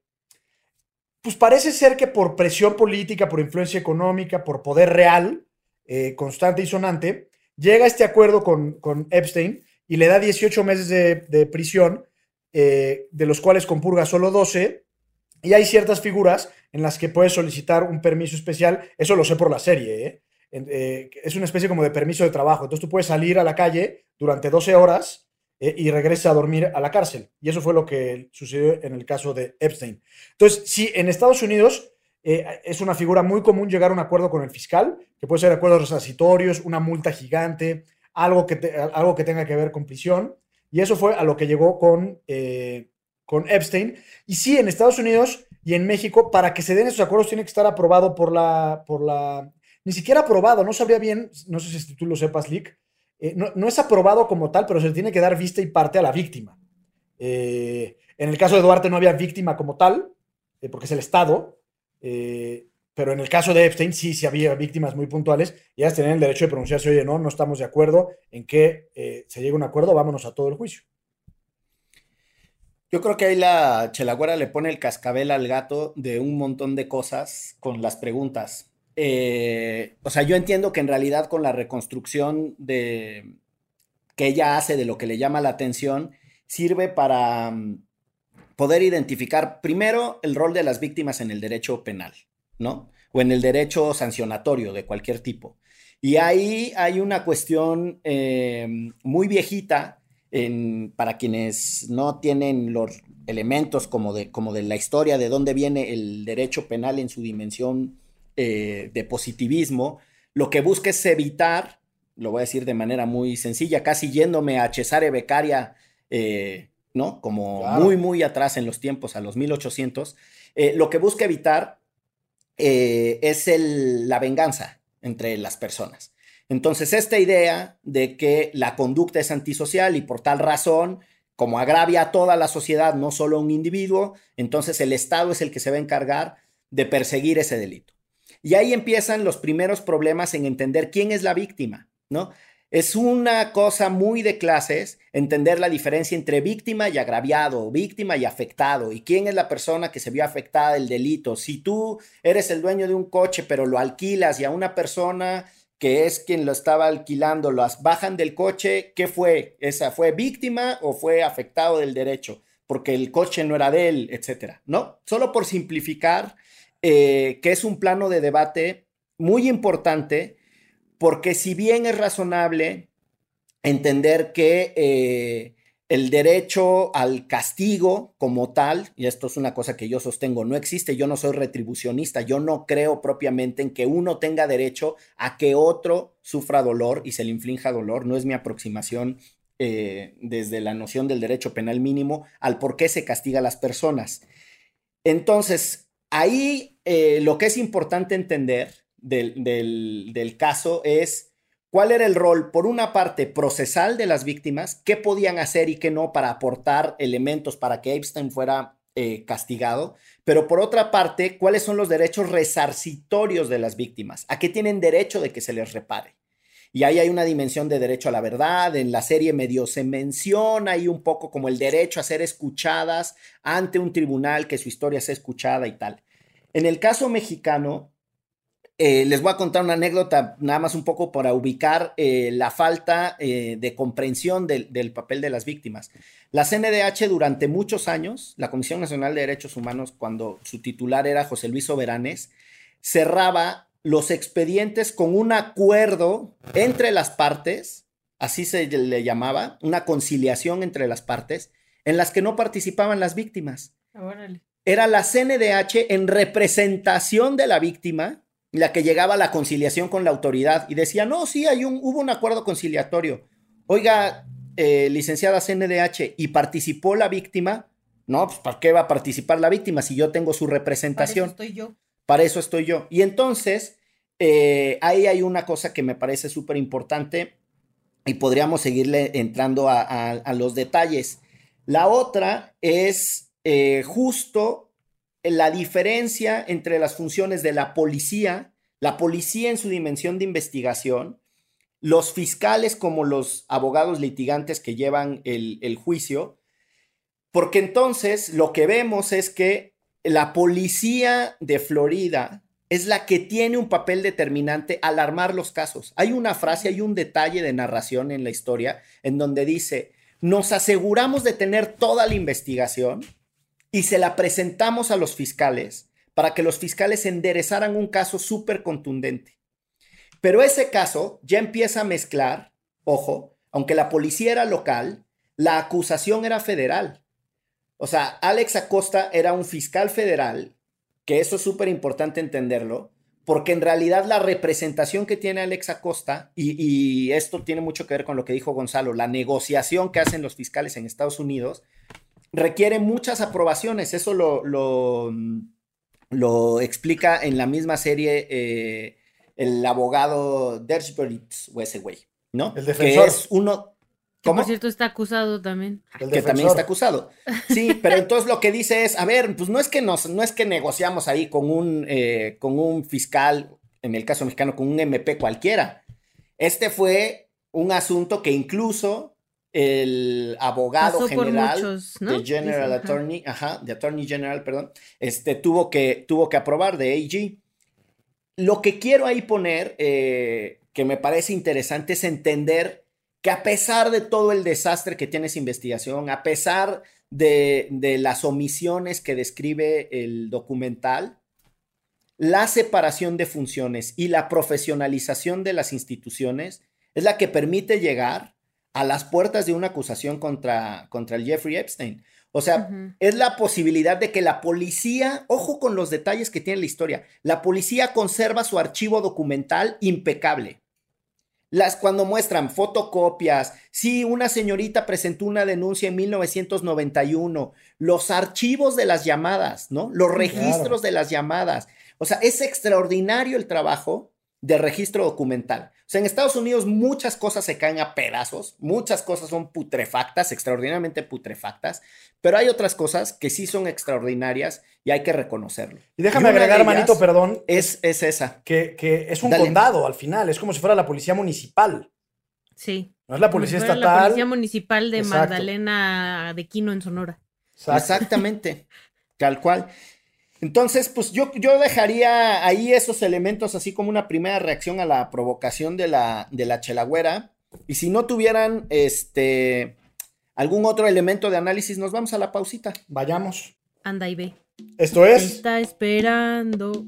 pues parece ser que por presión política, por influencia económica, por poder real, eh, constante y sonante, llega a este acuerdo con, con Epstein y le da dieciocho meses de, de prisión, eh, de los cuales compurga solo doce, y hay ciertas figuras en las que puedes solicitar un permiso especial. Eso lo sé por la serie, ¿eh? Eh, es una especie como de permiso de trabajo. Entonces tú puedes salir a la calle durante doce horas eh, y regresas a dormir a la cárcel. Y eso fue lo que sucedió en el caso de Epstein. Entonces, sí, en Estados Unidos eh, es una figura muy común llegar a un acuerdo con el fiscal, que puede ser acuerdos resarcitorios, una multa gigante, algo que, te, algo que tenga que ver con prisión. Y eso fue a lo que llegó con, eh, con Epstein. Y sí, en Estados Unidos y en México, para que se den esos acuerdos, tiene que estar aprobado por la... Por la ni siquiera aprobado, no sabría bien, no sé si tú lo sepas, Lick, eh, no, no es aprobado como tal, pero se le tiene que dar vista y parte a la víctima. Eh, en el caso de Duarte no había víctima como tal, eh, porque es el Estado, eh, pero en el caso de Epstein sí, sí había víctimas muy puntuales y ellas tenían el derecho de pronunciarse, oye, no, no estamos de acuerdo en que eh, se llegue a un acuerdo, vámonos a todo el juicio. Yo creo que ahí la Chelagüera le pone el cascabel al gato de un montón de cosas con las preguntas. Eh, o sea, yo entiendo que en realidad con la reconstrucción de, que ella hace de lo que le llama la atención, sirve para um, poder identificar primero el rol de las víctimas en el derecho penal, ¿no? O en el derecho sancionatorio de cualquier tipo. Y ahí hay una cuestión eh, muy viejita en, para quienes no tienen los elementos como de, como de la historia de dónde viene el derecho penal en su dimensión Eh, de positivismo. Lo que busca es evitar, lo voy a decir de manera muy sencilla, casi yéndome a Cesare Beccaria, eh, ¿no? Como claro. muy, muy atrás en los tiempos, a los mil ochocientos, eh, lo que busca evitar eh, es el, la venganza entre las personas. Entonces, esta idea de que la conducta es antisocial y por tal razón, como agravia a toda la sociedad, no solo a un individuo, entonces el Estado es el que se va a encargar de perseguir ese delito. Y ahí empiezan los primeros problemas en entender quién es la víctima, ¿no? Es una cosa muy de clases entender la diferencia entre víctima y agraviado, víctima y afectado, y quién es la persona que se vio afectada del delito. Si tú eres el dueño de un coche, pero lo alquilas y a una persona que es quien lo estaba alquilando, las bajan del coche, ¿qué fue? ¿Esa fue víctima o fue afectado del derecho? Porque el coche no era de él, etcétera, ¿no? Solo por simplificar, Eh, que es un plano de debate muy importante, porque si bien es razonable entender que eh, el derecho al castigo como tal, y esto es una cosa que yo sostengo, no existe, yo no soy retribucionista, yo no creo propiamente en que uno tenga derecho a que otro sufra dolor y se le inflinja dolor, no es mi aproximación eh, desde la noción del derecho penal mínimo al por qué se castiga a las personas. Entonces, ahí eh, lo que es importante entender del, del, del caso es cuál era el rol, por una parte, procesal de las víctimas, qué podían hacer y qué no para aportar elementos para que Epstein fuera eh, castigado, pero por otra parte, ¿cuáles son los derechos resarcitorios de las víctimas? ¿A qué tienen derecho de que se les repare? Y ahí hay una dimensión de derecho a la verdad. En la serie medio se menciona ahí un poco como el derecho a ser escuchadas ante un tribunal, que su historia sea escuchada y tal. En el caso mexicano, eh, les voy a contar una anécdota nada más un poco para ubicar eh, la falta eh, de comprensión del, del papel de las víctimas. La C N D H durante muchos años, la Comisión Nacional de Derechos Humanos, cuando su titular era José Luis Soberanes, cerraba los expedientes con un acuerdo entre las partes, así se le llamaba, una conciliación entre las partes, en las que no participaban las víctimas. Órale. Era la C N D H en representación de la víctima la que llegaba a la conciliación con la autoridad y decía, no, sí, hay un, hubo un acuerdo conciliatorio. Oiga, eh, licenciada C N D H, ¿y participó la víctima? No, pues ¿para qué va a participar la víctima si yo tengo su representación? Para eso estoy yo. Para eso estoy yo. Y entonces, eh, ahí hay una cosa que me parece súper importante y podríamos seguirle entrando a, a, a los detalles. La otra es eh, justo la diferencia entre las funciones de la policía, la policía en su dimensión de investigación, los fiscales como los abogados litigantes que llevan el, el juicio, porque entonces lo que vemos es que la policía de Florida es la que tiene un papel determinante al armar los casos. Hay una frase, hay un detalle de narración en la historia en donde dice, nos aseguramos de tener toda la investigación y se la presentamos a los fiscales para que los fiscales enderezaran un caso súper contundente. Pero ese caso ya empieza a mezclar, ojo, aunque la policía era local, la acusación era federal. O sea, Alex Acosta era un fiscal federal, que eso es súper importante entenderlo, porque en realidad la representación que tiene Alex Acosta, y, y esto tiene mucho que ver con lo que dijo Gonzalo, la negociación que hacen los fiscales en Estados Unidos, requiere muchas aprobaciones. Eso lo, lo, lo explica en la misma serie eh, el abogado Dershowitz o ese güey, ¿no? El defensor. Que es uno... Que por cierto está acusado también. El que defensor. también está acusado. Sí, pero entonces lo que dice es, a ver, pues no es que nos, no es que negociamos ahí con un, eh, con un fiscal, en el caso mexicano, con un M P cualquiera. Este fue un asunto que incluso el abogado Pasó por general, muchos, ¿no? de General Dice, Attorney, ajá, de Attorney General, perdón, este tuvo que, tuvo que aprobar de A G. Lo que quiero ahí poner, eh, que me parece interesante, es entender que a pesar de todo el desastre que tiene esa investigación, a pesar de, de las omisiones que describe el documental, la separación de funciones y la profesionalización de las instituciones es la que permite llegar a las puertas de una acusación contra, contra el Jeffrey Epstein. O sea, uh-huh. es la posibilidad de que la policía, ojo con los detalles que tiene la historia, la policía conserva su archivo documental impecable. Las, cuando muestran fotocopias, sí, una señorita presentó una denuncia en mil novecientos noventa y uno, los archivos de las llamadas, ¿no? Los registros claro. de las llamadas. O sea, es extraordinario el trabajo de registro documental. O sea, en Estados Unidos muchas cosas se caen a pedazos, muchas cosas son putrefactas, extraordinariamente putrefactas, pero hay otras cosas que sí son extraordinarias y hay que reconocerlo. Y déjame y agregar, manito, perdón. Es, es esa. Que, que es un Dale. condado al final, es como si fuera la policía municipal. Sí. No es la policía fuera estatal. La policía municipal de Exacto. Magdalena de Quino en Sonora. Exacto. Exactamente, tal cual. Entonces, pues yo, yo dejaría ahí esos elementos así como una primera reacción a la provocación de la, de la chelagüera. Y si no tuvieran este algún otro elemento de análisis, nos vamos a la pausita. Vayamos. Anda y ve. Esto es... Está esperando.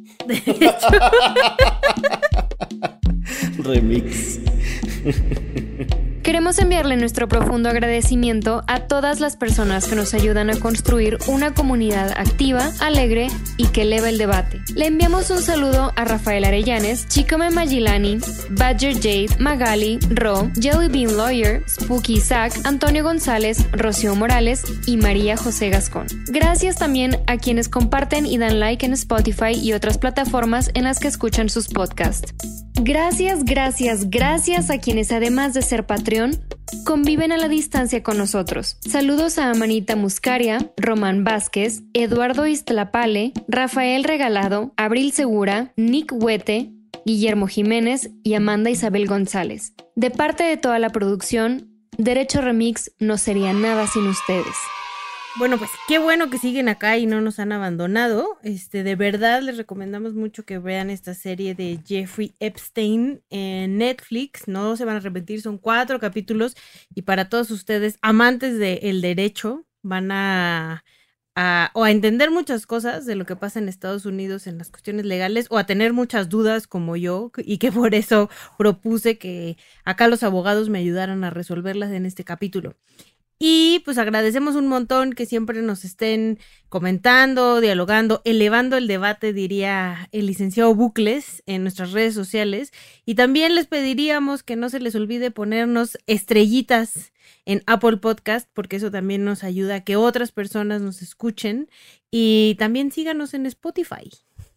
Remix. Queremos enviarle nuestro profundo agradecimiento a todas las personas que nos ayudan a construir una comunidad activa, alegre y que eleva el debate. Le enviamos un saludo a Rafael Arellanes, Chicome Magilani, Badger Jade, Magali, Ro, Jelly Bean Lawyer, Spooky Isaac, Antonio González, Rocío Morales y María José Gascón. Gracias también a quienes comparten y dan like en Spotify y otras plataformas en las que escuchan sus podcasts. Gracias, gracias, gracias a quienes además de ser Patreon, conviven a la distancia con nosotros. Saludos a Amanita Muscaria, Román Vázquez, Eduardo Iztlapale, Rafael Regalado, Abril Segura, Nick Huete, Guillermo Jiménez y Amanda Isabel González. De parte de toda la producción, Derecho Remix no sería nada sin ustedes. Bueno, pues qué bueno que siguen acá y no nos han abandonado. Este, de verdad les recomendamos mucho que vean esta serie de Jeffrey Epstein en Netflix. No se van a arrepentir, son cuatro capítulos y para todos ustedes amantes del derecho van a, a o a entender muchas cosas de lo que pasa en Estados Unidos en las cuestiones legales o a tener muchas dudas como yo y que por eso propuse que acá los abogados me ayudaran a resolverlas en este capítulo. Y pues agradecemos un montón que siempre nos estén comentando, dialogando, elevando el debate, diría el licenciado Bucles, en nuestras redes sociales. Y también les pediríamos que no se les olvide ponernos estrellitas en Apple Podcast, porque eso también nos ayuda a que otras personas nos escuchen. Y también síganos en Spotify.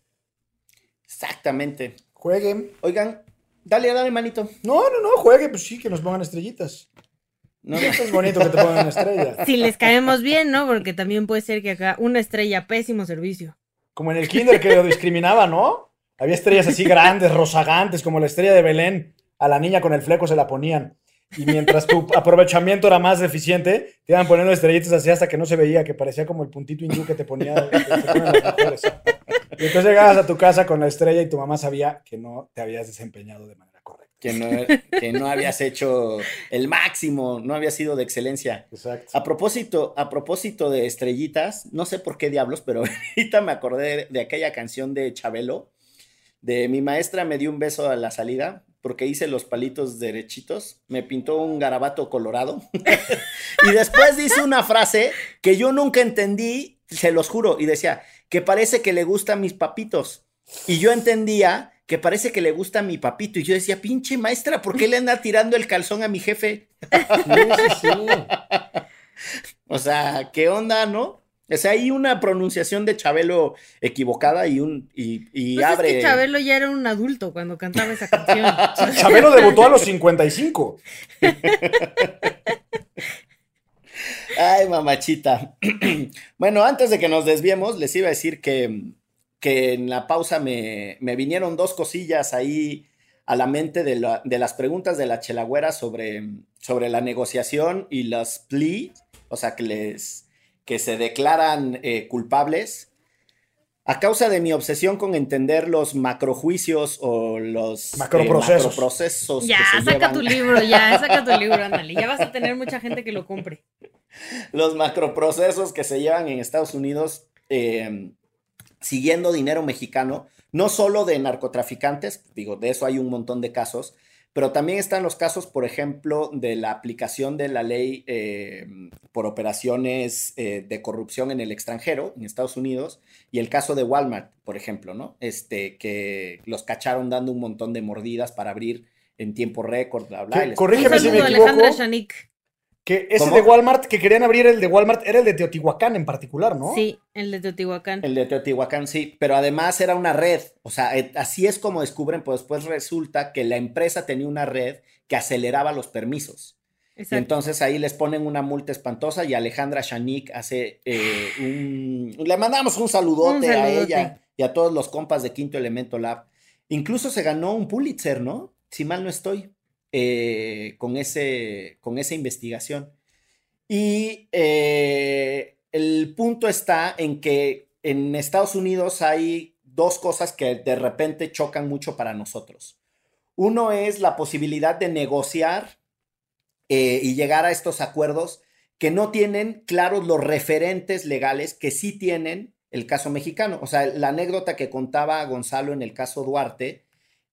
Exactamente. Jueguen. Oigan, dale, dale, manito. No, no, no, juegue, pues sí, que nos pongan estrellitas. No, no, eso es bonito que te pongan una estrella. Si les caemos bien, ¿no? Porque también puede ser que acá una estrella, pésimo servicio. Como en el kinder que lo discriminaba, ¿no? Había estrellas así grandes, rozagantes, como la estrella de Belén. A la niña con el fleco se la ponían. Y mientras tu aprovechamiento era más deficiente, te iban poniendo estrellitas así hasta que no se veía, que parecía como el puntito hindú que te ponía que te ponen las mujeres. Y entonces llegabas a tu casa con la estrella y tu mamá sabía que no te habías desempeñado de manera correcta. Que no, que no habías hecho el máximo, no habías sido de excelencia. Exacto. A propósito, a propósito de estrellitas, no sé por qué diablos, pero ahorita me acordé de, de aquella canción de Chabelo, de mi maestra me dio un beso a la salida, porque hice los palitos derechitos, me pintó un garabato colorado, y después dice una frase que yo nunca entendí, se los juro, y decía, que parece que le gustan mis papitos, y yo entendía que parece que le gusta a mi papito. Y yo decía, pinche maestra, ¿por qué le anda tirando el calzón a mi jefe? Sí, sí, sí. O sea, ¿qué onda, no? O sea, hay una pronunciación de Chabelo equivocada y un y, y pues abre... es que Chabelo ya era un adulto cuando cantaba esa canción. Chabelo debutó a los cincuenta y cinco. Ay, mamachita. Bueno, antes de que nos desviemos, les iba a decir que... que en la pausa me, me vinieron dos cosillas ahí a la mente de, la, de las preguntas de la Chelagüera sobre, sobre la negociación y las plea, o sea, que, les, que se declaran eh, culpables. A causa de mi obsesión con entender los macrojuicios o los macroprocesos, eh, macroprocesos ya, que se saca llevan. tu libro, ya, saca tu libro, ándale. Ya vas a tener mucha gente que lo compre. Los macroprocesos que se llevan en Estados Unidos... Eh, siguiendo dinero mexicano, no solo de narcotraficantes, digo, de eso hay un montón de casos, pero también están los casos, por ejemplo, de la aplicación de la ley eh, por operaciones eh, de corrupción en el extranjero, en Estados Unidos, y el caso de Walmart, por ejemplo, ¿no? Este, que los cacharon dando un montón de mordidas para abrir en tiempo récord, bla, bla. Que, corrígeme si me equivoco. Alejandra Shanik. Que ese ¿Cómo? de Walmart, que querían abrir el de Walmart, era el de Teotihuacán en particular, ¿no? Sí, el de Teotihuacán. El de Teotihuacán, sí, pero además era una red, o sea, eh, así es como descubren, pues después resulta que la empresa tenía una red que aceleraba los permisos. Exacto. Y entonces ahí les ponen una multa espantosa y Alejandra Shanik hace eh, un... Le mandamos un saludote, un saludote a ella y a todos los compas de Quinto Elemento Lab. Incluso se ganó un Pulitzer, ¿no? Si mal no estoy. Eh, con, ese, con esa investigación. Y eh, el punto está en que en Estados Unidos hay dos cosas que de repente chocan mucho para nosotros. Uno es la posibilidad de negociar eh, y llegar a estos acuerdos que no tienen claros los referentes legales que sí tienen el caso mexicano. O sea, la anécdota que contaba Gonzalo en el caso Duarte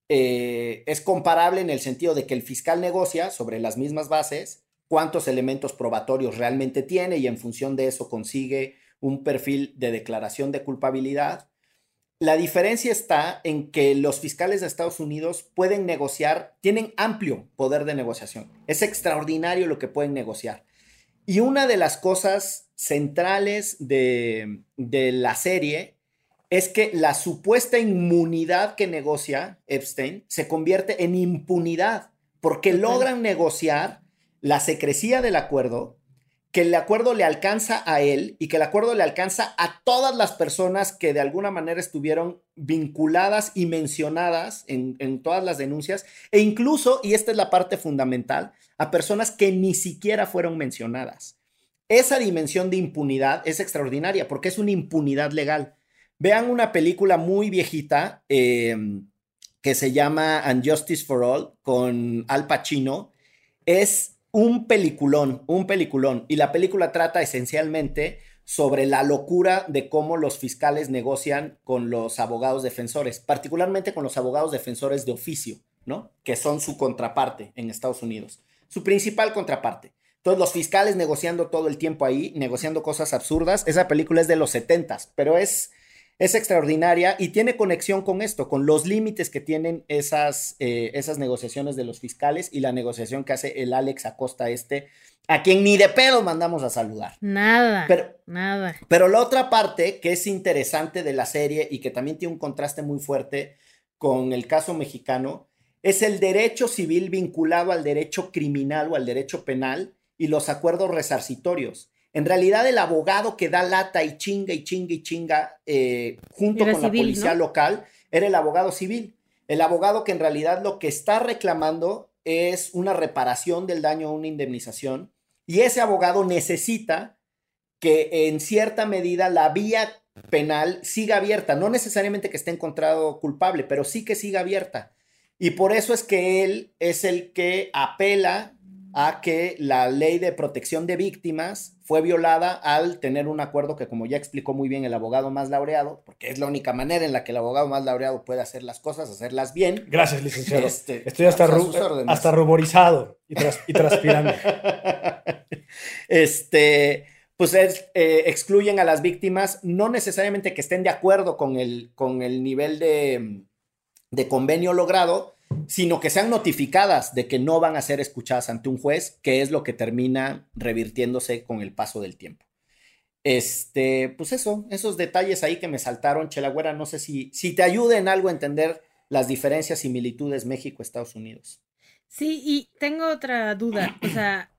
Eh, es comparable en el sentido de que el fiscal negocia sobre las mismas bases cuántos elementos probatorios realmente tiene y en función de eso consigue un perfil de declaración de culpabilidad. La diferencia está en que los fiscales de Estados Unidos pueden negociar, tienen amplio poder de negociación. Es extraordinario lo que pueden negociar. Y una de las cosas centrales de, de la serie es que la supuesta inmunidad que negocia Epstein se convierte en impunidad porque logran negociar la secrecía del acuerdo, que el acuerdo le alcanza a él y que el acuerdo le alcanza a todas las personas que de alguna manera estuvieron vinculadas y mencionadas en, en todas las denuncias, e incluso, y esta es la parte fundamental, a personas que ni siquiera fueron mencionadas. Esa dimensión de impunidad es extraordinaria porque es una impunidad legal. Vean una película muy viejita eh, que se llama And Justice for All con Al Pacino. Es un peliculón, un peliculón. Y la película trata esencialmente sobre la locura de cómo los fiscales negocian con los abogados defensores, particularmente con los abogados defensores de oficio, ¿no? Que son su contraparte en Estados Unidos, su principal contraparte. Entonces los fiscales negociando todo el tiempo ahí, negociando cosas absurdas. Esa película es de los setentas, pero es... Es extraordinaria y tiene conexión con esto, con los límites que tienen esas, eh, esas negociaciones de los fiscales y la negociación que hace el Alex Acosta este, a quien ni de pedo mandamos a saludar. Nada, pero, nada. Pero la otra parte que es interesante de la serie y que también tiene un contraste muy fuerte con el caso mexicano es el derecho civil vinculado al derecho criminal o al derecho penal y los acuerdos resarcitorios. En realidad, el abogado que da lata y chinga y chinga y chinga eh, junto Era con civil, la policía, ¿no?, local, era el abogado civil. El abogado que en realidad lo que está reclamando es una reparación del daño o una indemnización. Y ese abogado necesita que en cierta medida la vía penal siga abierta. No necesariamente que esté encontrado culpable, pero sí que siga abierta. Y por eso es que él es el que apela a que la ley de protección de víctimas fue violada al tener un acuerdo que, como ya explicó muy bien el abogado más laureado, porque es la única manera en la que el abogado más laureado puede hacer las cosas, hacerlas bien. Gracias, licenciado. Este, Estoy hasta, ru hasta ruborizado y, tras y transpirando. Este, pues es, eh, excluyen a las víctimas, no necesariamente que estén de acuerdo con el, con el nivel de, de convenio logrado, sino que sean notificadas de que no van a ser escuchadas ante un juez, que es lo que termina revirtiéndose con el paso del tiempo. Este, pues eso, esos detalles ahí que me saltaron, Chela Güera, no sé si, si te ayuda en algo a entender las diferencias, similitudes México-Estados Unidos. Sí, y tengo otra duda, o sea,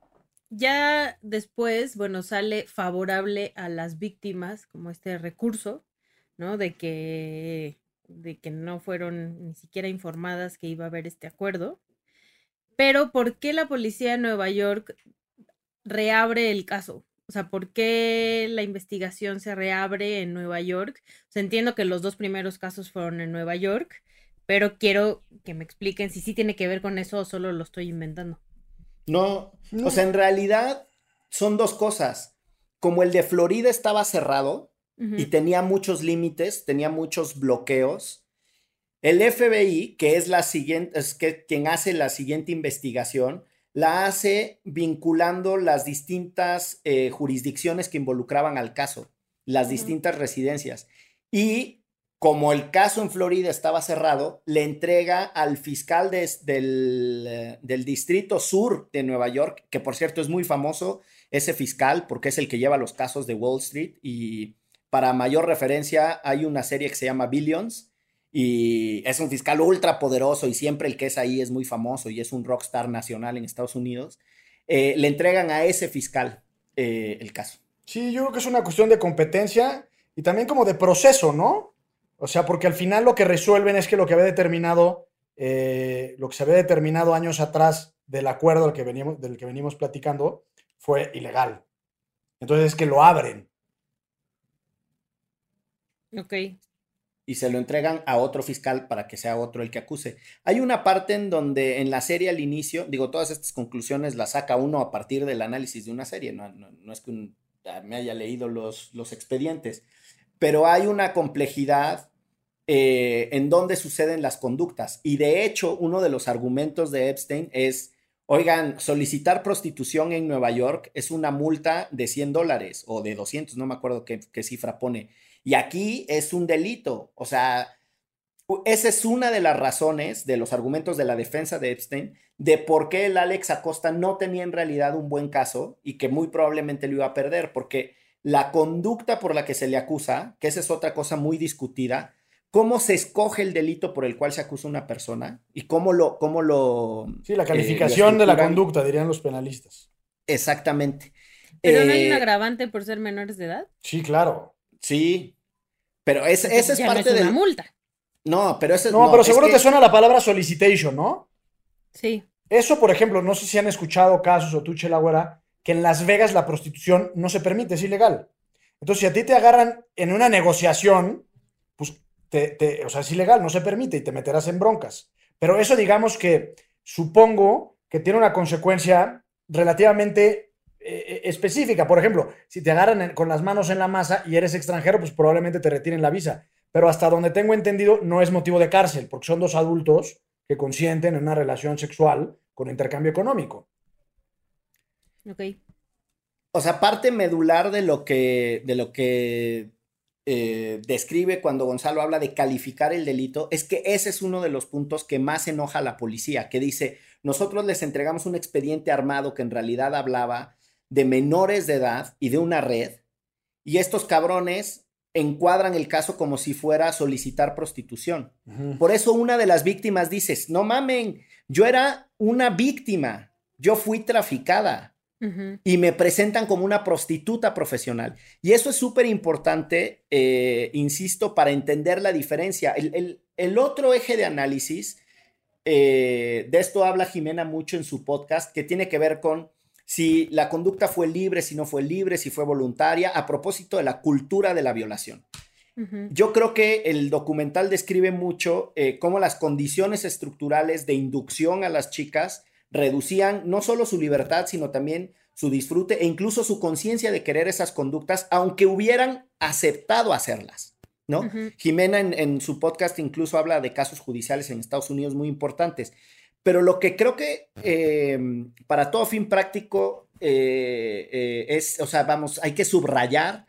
ya después, bueno, sale favorable a las víctimas, como este recurso, ¿no? De que... de que no fueron ni siquiera informadas que iba a haber este acuerdo. Pero ¿por qué la policía de Nueva York reabre el caso? O sea, ¿por qué la investigación se reabre en Nueva York? O sea, entiendo que los dos primeros casos fueron en Nueva York, pero quiero que me expliquen si sí tiene que ver con eso o solo lo estoy inventando. No, no. O sea, en realidad son dos cosas. Como el de Florida estaba cerrado, y tenía muchos límites, tenía muchos bloqueos. El F B I, que es la siguiente, es que quien hace la siguiente investigación, la hace vinculando las distintas eh, jurisdicciones que involucraban al caso, las uh-huh. distintas residencias. Y como el caso en Florida estaba cerrado, le entrega al fiscal de, del, del Distrito Sur de Nueva York, que por cierto es muy famoso ese fiscal, porque es el que lleva los casos de Wall Street y... Para mayor referencia, hay una serie que se llama Billions y es un fiscal ultra poderoso y siempre el que es ahí es muy famoso y es un rockstar nacional en Estados Unidos. Eh, le entregan a ese fiscal eh, el caso. Sí, yo creo que es una cuestión de competencia y también como de proceso, ¿no? O sea, porque al final lo que resuelven es que lo que había determinado, eh, lo que se había determinado años atrás del acuerdo del que venimos, del que venimos platicando fue ilegal. Entonces es que lo abren. Ok. Y se lo entregan a otro fiscal para que sea otro el que acuse. Hay una parte en donde en la serie al inicio, digo, todas estas conclusiones las saca uno a partir del análisis de una serie, no, no, no es que un, me haya leído los, los expedientes, pero hay una complejidad eh, en donde suceden las conductas. Y de hecho, uno de los argumentos de Epstein es, oigan, solicitar prostitución en Nueva York es una multa de cien dólares o de doscientos, no me acuerdo qué, qué cifra pone. Y aquí es un delito, o sea, esa es una de las razones de los argumentos de la defensa de Epstein de por qué el Alex Acosta no tenía en realidad un buen caso y que muy probablemente lo iba a perder, porque la conducta por la que se le acusa, que esa es otra cosa muy discutida, cómo se escoge el delito por el cual se acusa a una persona y cómo lo... Cómo lo sí, la calificación eh, de la conducta, dirían los penalistas. Exactamente. ¿Pero eh, no hay un agravante por ser menores de edad? Sí, claro. Sí, pero es, Porque esa es ya parte no es una del... multa. No, pero eso No, no, pero es seguro que- te suena la palabra solicitation, ¿no? Sí. Eso, por ejemplo, no sé si han escuchado casos o tú, Chela Güera, que en Las Vegas la prostitución no se permite, es ilegal. Entonces, si a ti te agarran en una negociación, pues, te, te- o sea, es ilegal, no se permite y te meterás en broncas. Pero eso, digamos que supongo que tiene una consecuencia relativamente eh, específica. Por ejemplo, si te agarran en- con las manos en la masa y eres extranjero, pues probablemente te retiren la visa. Pero hasta donde tengo entendido, no es motivo de cárcel, porque son dos adultos que consienten en una relación sexual con intercambio económico. Ok. O sea, parte medular de lo que, de lo que eh, describe cuando Gonzalo habla de calificar el delito es que ese es uno de los puntos que más enoja a la policía, que dice, nosotros les entregamos un expediente armado que en realidad hablaba de menores de edad y de una red, y estos cabrones encuadran el caso como si fuera solicitar prostitución. Ujú. Por eso una de las víctimas dice, no mamen, yo era una víctima, yo fui traficada. Ujú. Y me presentan como una prostituta profesional. Y eso es súper importante, eh, insisto, para entender la diferencia. El, el, el otro eje de análisis, eh, de esto habla Jimena mucho en su podcast, que tiene que ver con si la conducta fue libre, si no fue libre, si fue voluntaria, a propósito de la cultura de la violación. Ujú. Yo creo que el documental describe mucho eh, cómo las condiciones estructurales de inducción a las chicas reducían no solo su libertad, sino también su disfrute e incluso su conciencia de querer esas conductas, aunque hubieran aceptado hacerlas, ¿no? Ujú. Jimena en, en su podcast incluso habla de casos judiciales en Estados Unidos muy importantes. Pero lo que creo que eh, para todo fin práctico eh, eh, es, o sea, vamos, hay que subrayar,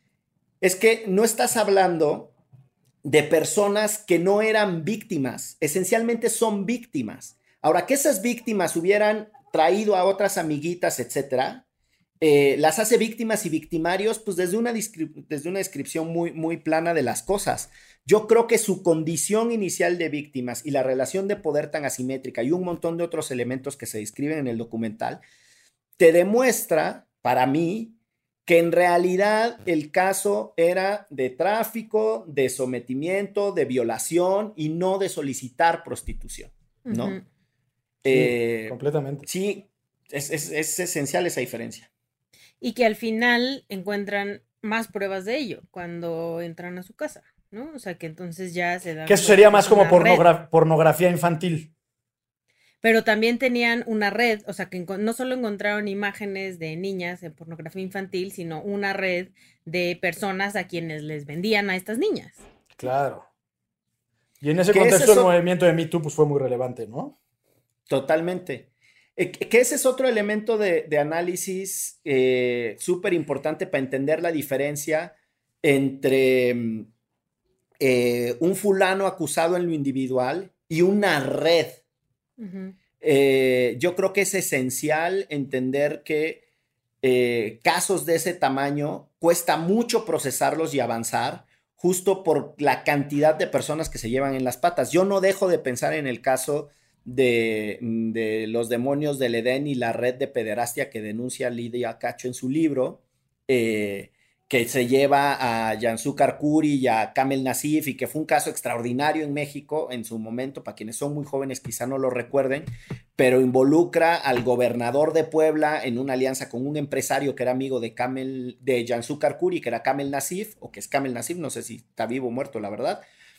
es que no estás hablando de personas que no eran víctimas, esencialmente son víctimas. Ahora, que esas víctimas hubieran traído a otras amiguitas, etcétera, eh, las hace víctimas y victimarios, pues desde una, desde una descripción muy, muy plana de las cosas. Yo creo que su condición inicial de víctimas y la relación de poder tan asimétrica y un montón de otros elementos que se describen en el documental, te demuestra, para mí, que en realidad el caso era de tráfico, de sometimiento, de violación y no de solicitar prostitución, ¿no? Ujú. Sí, Eh, completamente. sí, es, es, es esencial esa diferencia. Y que al final encuentran más pruebas de ello cuando entran a su casa, ¿no? O sea, que entonces ya se dan Que eso cuenta sería que más es como una red. pornogra- pornografía infantil. Pero también tenían una red, o sea, que enco- no solo encontraron imágenes de niñas en pornografía infantil, sino una red de personas a quienes les vendían a estas niñas. Claro. Y en ese Que ese contexto es el o- movimiento de Me Too pues, fue muy relevante, ¿no? Totalmente. Eh, que que ese es otro elemento de, de análisis eh, súper importante para entender la diferencia entre mm, eh, un fulano acusado en lo individual y una red. Ujú. Eh, yo creo que es esencial entender que eh, casos de ese tamaño cuesta mucho procesarlos y avanzar justo por la cantidad de personas que se llevan en las patas. Yo no dejo de pensar en el caso de, de los demonios del Edén y la red de pederastia que denuncia Lidia Cacho en su libro, eh, que se lleva a Jansu Karkuri y a Kamel Nassif, y que fue un caso extraordinario en México en su momento, para quienes son muy jóvenes quizá no lo recuerden, pero involucra al gobernador de Puebla en una alianza con un empresario que era amigo de Kamel, de Jansu Karkuri, que era Kamel Nassif, o que es Kamel Nassif, no sé si está vivo o muerto, la verdad,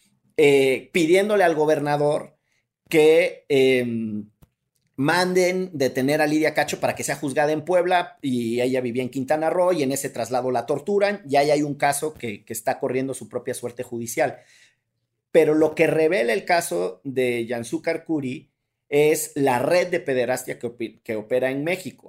eh, pidiéndole al gobernador que eh, manden detener a Lidia Cacho para que sea juzgada en Puebla, y ella vivía en Quintana Roo, y en ese traslado la torturan, y ahí hay un caso que, que está corriendo su propia suerte judicial. Pero lo que revela el caso de Jansu Karkuri es la red de pederastia que, que opera en México,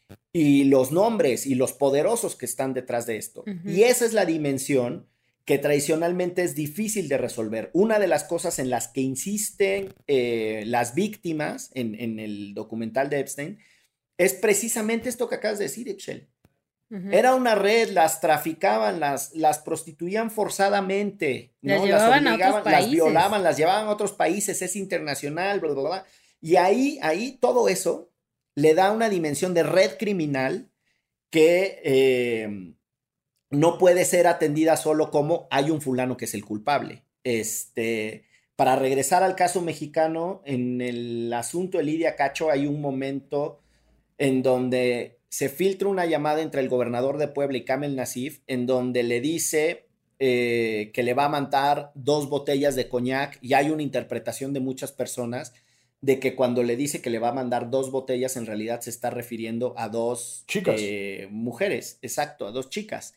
y los nombres y los poderosos que están detrás de esto. Ujú. Y esa es la dimensión que tradicionalmente es difícil de resolver. Una de las cosas en las que insisten eh, las víctimas en, en el documental de Epstein es precisamente esto que acabas de decir, Excel. Uh-huh. Era una red, las traficaban, las, las prostituían forzadamente, ¿no? Las llevaban las obligaban, a otros las violaban, las llevaban a otros países, es internacional, bla, bla, bla. Y ahí, ahí todo eso le da una dimensión de red criminal que eh, no puede ser atendida solo como hay un fulano que es el culpable. Este, para regresar al caso mexicano, en el asunto de Lidia Cacho hay un momento en donde se filtra una llamada entre el gobernador de Puebla y Kamel Nasif, en donde le dice eh, que le va a mandar dos botellas de coñac, y hay una interpretación de muchas personas de que cuando le dice que le va a mandar dos botellas, en realidad se está refiriendo a dos chicas. Eh, mujeres, exacto, a dos chicas.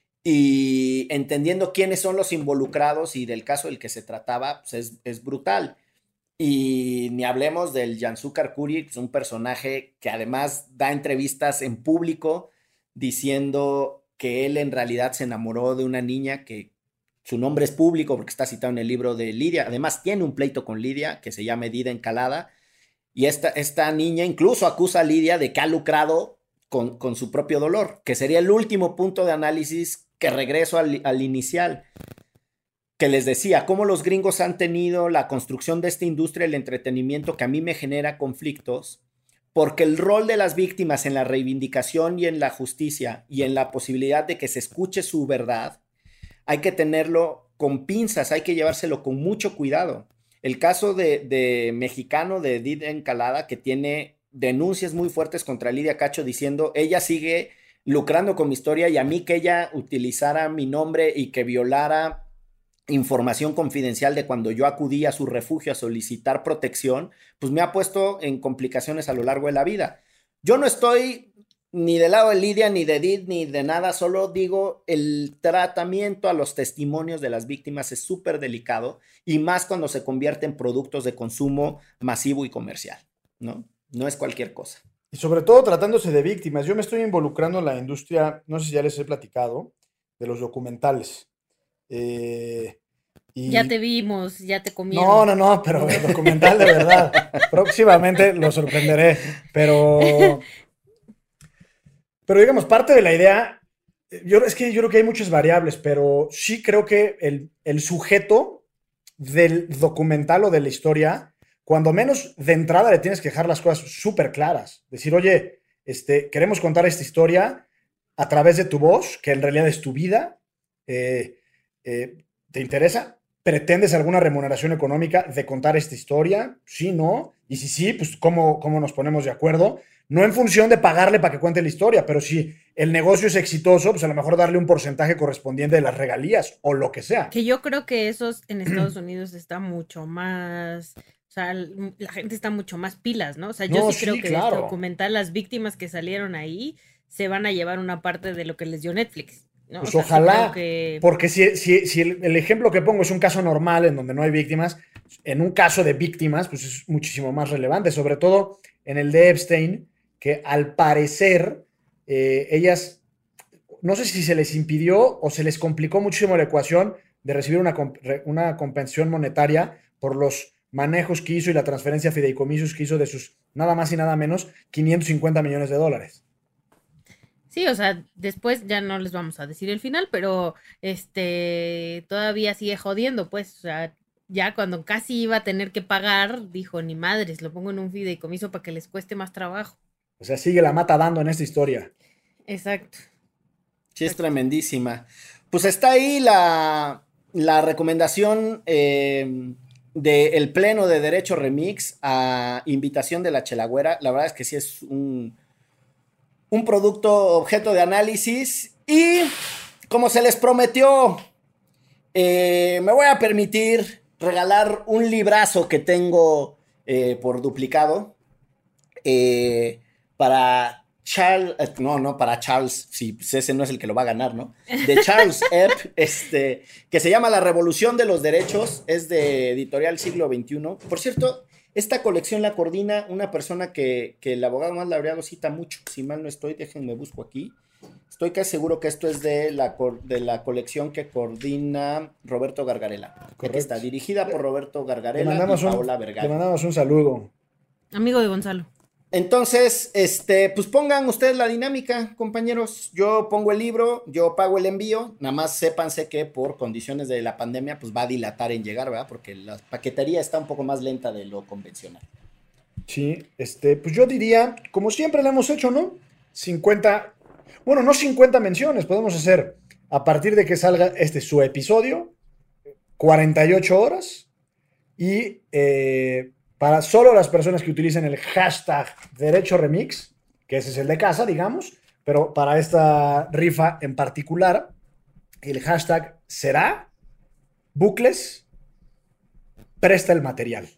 Y entendiendo quiénes son los involucrados y del caso del que se trataba, pues es, es brutal. Y ni hablemos del Yansu Karkuri, pues un personaje que además da entrevistas en público diciendo que él en realidad se enamoró de una niña que su nombre es público porque está citado en el libro de Lidia. Además tiene un pleito con Lidia que se llama Edida Encalada, y esta, esta niña incluso acusa a Lidia de que ha lucrado con, con su propio dolor, que sería el último punto de análisis que regreso al, al inicial, que les decía, cómo los gringos han tenido la construcción de esta industria del entretenimiento que a mí me genera conflictos, porque el rol de las víctimas en la reivindicación y en la justicia y en la posibilidad de que se escuche su verdad, hay que tenerlo con pinzas, hay que llevárselo con mucho cuidado. El caso de, de mexicano de Edida Encalada, que tiene denuncias muy fuertes contra Lidia Cacho diciendo, ella sigue lucrando con mi historia, y a mí que ella utilizara mi nombre y que violara información confidencial de cuando yo acudí a su refugio a solicitar protección, pues me ha puesto en complicaciones a lo largo de la vida. Yo no estoy ni del lado de Lidia, ni de Edith, ni de nada, solo digo, el tratamiento a los testimonios de las víctimas es súper delicado, y más cuando se convierte en productos de consumo masivo y comercial, ¿no? No es cualquier cosa. Y sobre todo tratándose de víctimas. Yo me estoy involucrando en la industria, no sé si ya les he platicado, de los documentales. Eh, y... Ya te vimos, ya te comieron. No, no, no, pero el documental de verdad. Próximamente lo sorprenderé. Pero, pero digamos, parte de la idea, yo, es que yo creo que hay muchas variables, pero sí creo que el, el sujeto del documental o de la historia, cuando menos de entrada le tienes que dejar las cosas súper claras. Decir, oye, este, queremos contar esta historia a través de tu voz, que en realidad es tu vida. Eh, eh, ¿Te interesa? ¿Pretendes alguna remuneración económica de contar esta historia? Sí, no. Y si sí, pues ¿cómo, cómo nos ponemos de acuerdo? No en función de pagarle para que cuente la historia, pero si el negocio es exitoso, pues a lo mejor darle un porcentaje correspondiente de las regalías o lo que sea. Que yo creo que esos en Estados Unidos está mucho más... O sea, la gente está mucho más pilas, ¿no? O sea, yo no, sí creo sí, que claro. este documental, las víctimas que salieron ahí, se van a llevar una parte de lo que les dio Netflix, ¿no? Pues o sea, ojalá, sí que... porque si, si, si el, el ejemplo que pongo es un caso normal en donde no hay víctimas, en un caso de víctimas, pues es muchísimo más relevante, sobre todo en el de Epstein, que al parecer eh, ellas, no sé si se les impidió o se les complicó muchísimo la ecuación de recibir una, una compensación monetaria por los manejos que hizo y la transferencia a fideicomisos que hizo de sus nada más y nada menos quinientos cincuenta millones de dólares. Sí, o sea, después ya no les vamos a decir el final, pero este todavía sigue jodiendo, pues, o sea, ya cuando casi iba a tener que pagar, dijo, ni madres, lo pongo en un fideicomiso para que les cueste más trabajo. O sea, sigue la mata dando en esta historia. Exacto. Sí, es tremendísima. Pues está ahí la, la recomendación eh, del Pleno de Derecho Remix a invitación de la Chelagüera. La verdad es que sí es un, un producto objeto de análisis. Y como se les prometió, eh, me voy a permitir regalar un librazo que tengo eh, por duplicado. Eh, para Charles, eh, no, no, para Charles, sí, pues ese no es el que lo va a ganar, ¿no? De Charles Epp, este, que se llama La Revolución de los Derechos, es de Editorial Siglo veintiuno. Por cierto, esta colección la coordina una persona que, que el abogado más laureado cita mucho, si mal no estoy, déjenme busco aquí. Estoy casi seguro que esto es de la, de la colección que coordina Roberto Gargarella. Correcto. Aquí está, dirigida por Roberto Gargarella y Paola Vergara. Le mandamos un saludo. Amigo de Gonzalo. Entonces, este, pues pongan ustedes la dinámica, compañeros. Yo pongo el libro, yo pago el envío. Nada más sépanse que por condiciones de la pandemia, pues va a dilatar en llegar, ¿verdad? Porque la paquetería está un poco más lenta de lo convencional. Sí, este, pues yo diría, como siempre lo hemos hecho, ¿no? cincuenta, bueno, no cincuenta menciones, podemos hacer a partir de que salga este su episodio, cuarenta y ocho horas, y eh, para solo las personas que utilicen el hashtag Derecho Remix, que ese es el de casa, digamos, pero para esta rifa en particular, el hashtag será Bucles presta el material.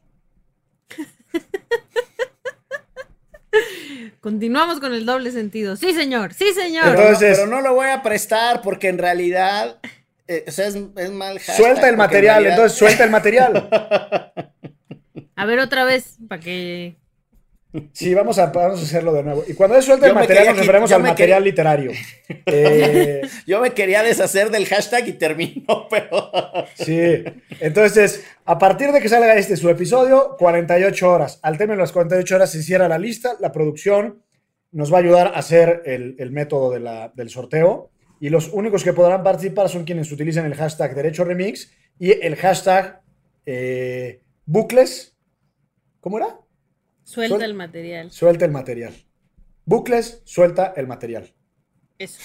Continuamos con el doble sentido. Sí, señor, sí, señor. Entonces, pero, no, pero no lo voy a prestar porque en realidad, eh, o sea, es, es mal hashtag. Suelta el material, realidad... entonces suelta el material. A ver otra vez, para que... Sí, vamos a, vamos a hacerlo de nuevo. Y cuando es suelta el material, nos referimos al material quería... literario. Eh... Yo me quería deshacer del hashtag y terminó, pero... Sí, entonces, a partir de que salga este su episodio, cuarenta y ocho horas. Al término de las cuarenta y ocho horas se cierra la lista, la producción nos va a ayudar a hacer el, el método de la, del sorteo. Y los únicos que podrán participar son quienes utilicen el hashtag Derecho Remix y el hashtag eh, Bucles. ¿Cómo era? Suelta Suel- el material. Suelta el material. Bucles, suelta el material. Eso.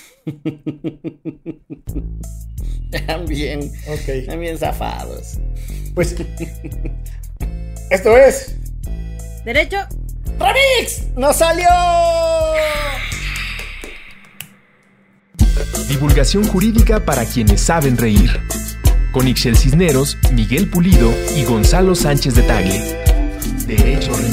Están bien, okay. Están bien zafados. Pues, esto es... ¡Derecho Remix! ¡Nos salió! Divulgación jurídica para quienes saben reír. Con Ixchel Cisneros, Miguel Pulido y Gonzalo Sánchez de Tagle. Derecho Remix.